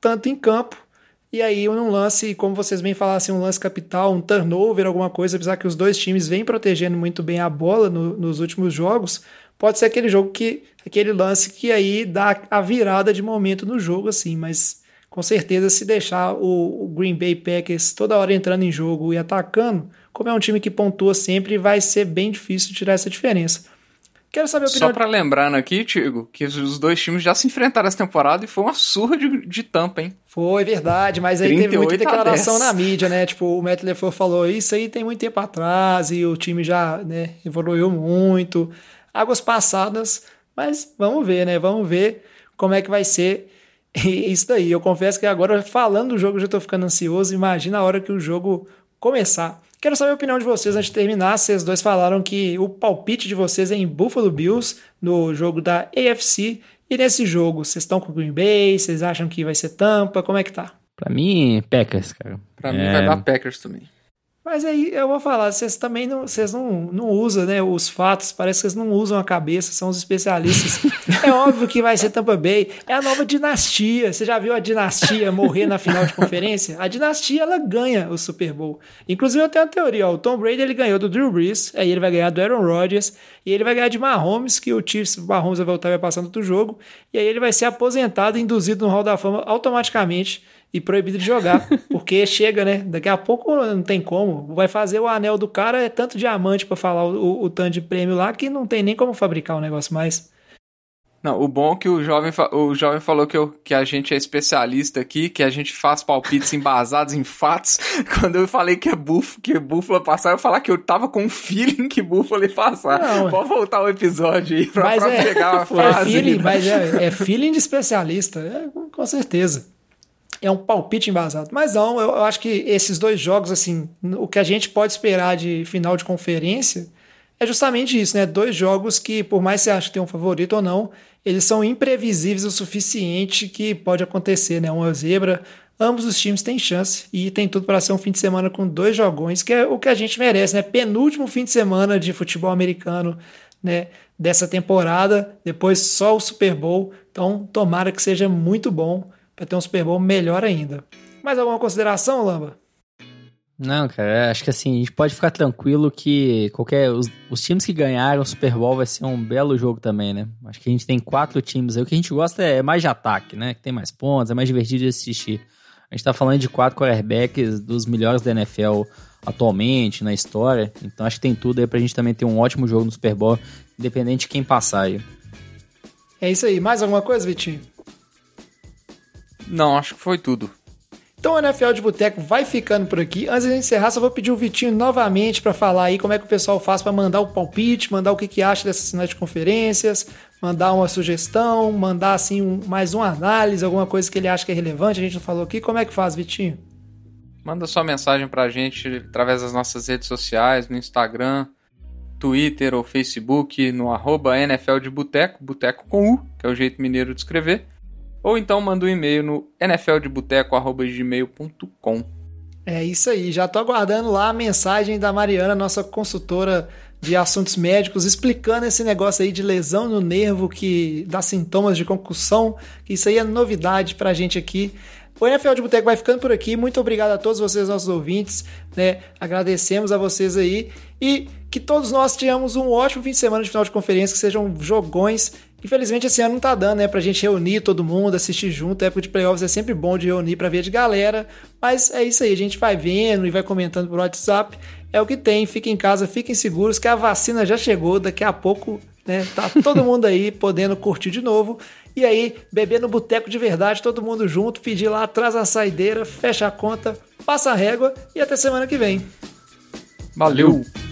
tanto em campo. E aí, num lance, como vocês bem falaram, assim, um lance capital, um turnover, alguma coisa, apesar que os dois times vêm protegendo muito bem a bola nos últimos jogos, pode ser aquele lance que aí dá a virada de momento no jogo, assim, mas com certeza se deixar o Green Bay Packers toda hora entrando em jogo e atacando, como é um time que pontua sempre, vai ser bem difícil tirar essa diferença. Quero saber a opinião... Só pra lembrando aqui, Tigo, que os dois times já se enfrentaram essa temporada e foi uma surra de tampa, hein? Foi verdade, mas aí teve muita declaração na mídia, né? Tipo, o Matt LaFleur falou, isso aí tem muito tempo atrás e o time já, né, evoluiu muito. Águas passadas, mas vamos ver, né? Vamos ver como é que vai ser isso daí. Eu confesso que agora, falando do jogo, eu já tô ficando ansioso. Imagina a hora que o jogo começar. Quero saber a opinião de vocês antes de terminar. Vocês dois falaram que o palpite de vocês é em Buffalo Bills, no jogo da AFC. E nesse jogo, vocês estão com o Green Bay? Vocês acham que vai ser Tampa? Como é que tá? Pra mim, Packers, cara. Pra mim vai dar Packers também. Mas aí eu vou falar, vocês também não usam, né, os fatos, parece que vocês não usam a cabeça, são os especialistas. É óbvio que vai ser Tampa Bay, é a nova dinastia. Você já viu a dinastia morrer na final de conferência? A dinastia, ela ganha o Super Bowl. Inclusive eu tenho uma teoria, ó, o Tom Brady ele ganhou do Drew Brees, aí ele vai ganhar do Aaron Rodgers, e ele vai ganhar de Mahomes, que o Chiefs, Mahomes vai voltar e vai passar no outro jogo, e aí ele vai ser aposentado e induzido no Hall da Fama automaticamente, e proibido de jogar, porque chega, né? Daqui a pouco não tem como. Vai fazer o anel do cara, é tanto diamante pra falar o tanto de prêmio lá que não tem nem como fabricar o negócio mais. Não, o bom é que o jovem falou que a gente é especialista aqui, que a gente faz palpites embasados em fatos. Quando eu falei que Buffalo ia passar, eu ia falar que eu tava com um feeling que Buffalo ia passar. Não, pode voltar o episódio aí pra pegar a frase. Feeling, mas é feeling de especialista, com certeza. É um palpite embasado. Mas não, eu acho que esses dois jogos, assim, o que a gente pode esperar de final de conferência é justamente isso, né? Dois jogos que, por mais que você ache que tem um favorito ou não, eles são imprevisíveis o suficiente que pode acontecer, né? Uma zebra, ambos os times têm chance e tem tudo para ser um fim de semana com dois jogões, que é o que a gente merece, né? Penúltimo fim de semana de futebol americano, né? Dessa temporada, depois só o Super Bowl. Então, tomara que seja muito bom para ter um Super Bowl melhor ainda. Mais alguma consideração, Lamba? Não, cara, acho que assim, a gente pode ficar tranquilo que os times que ganharam o Super Bowl vai ser um belo jogo também, né? Acho que a gente tem 4 times aí, o que a gente gosta é mais de ataque, né? Que tem mais pontos, é mais divertido de assistir. A gente tá falando de 4 quarterbacks dos melhores da NFL atualmente, na história, então acho que tem tudo aí pra gente também ter um ótimo jogo no Super Bowl, independente de quem passar aí. É isso aí. Mais alguma coisa, Vitinho? Não, acho que foi tudo. Então o NFL de Boteco vai ficando por aqui. Antes de encerrar, só vou pedir o Vitinho novamente para falar aí como é que o pessoal faz para mandar o palpite, mandar o que acha dessas finais de conferências, mandar uma sugestão, mandar assim mais uma análise, alguma coisa que ele acha que é relevante, a gente não falou aqui. Como é que faz, Vitinho? Manda sua mensagem pra gente através das nossas redes sociais, no Instagram, Twitter ou Facebook, no @NFL de Boteco, Boteco com U, que é o jeito mineiro de escrever. Ou então manda um e-mail no nfldeboteco@gmail.com. É isso aí, já tô aguardando lá a mensagem da Mariana, nossa consultora de assuntos médicos, explicando esse negócio aí de lesão no nervo que dá sintomas de concussão, que isso aí é novidade pra gente aqui. O NFL de Boteco vai ficando por aqui, muito obrigado a todos vocês, nossos ouvintes, né? Agradecemos a vocês aí e que todos nós tenhamos um ótimo fim de semana de final de conferência, que sejam jogões. Infelizmente esse ano não tá dando, né, pra gente reunir todo mundo, assistir junto. A época de playoffs é sempre bom de reunir pra ver de galera, mas é isso aí, a gente vai vendo e vai comentando por WhatsApp. É o que tem, fiquem em casa, fiquem seguros que a vacina já chegou, daqui a pouco, né, tá todo mundo aí podendo curtir de novo. E aí, beber no boteco de verdade, todo mundo junto, pedir lá, traz a saideira, fecha a conta, passa a régua e até semana que vem. Valeu!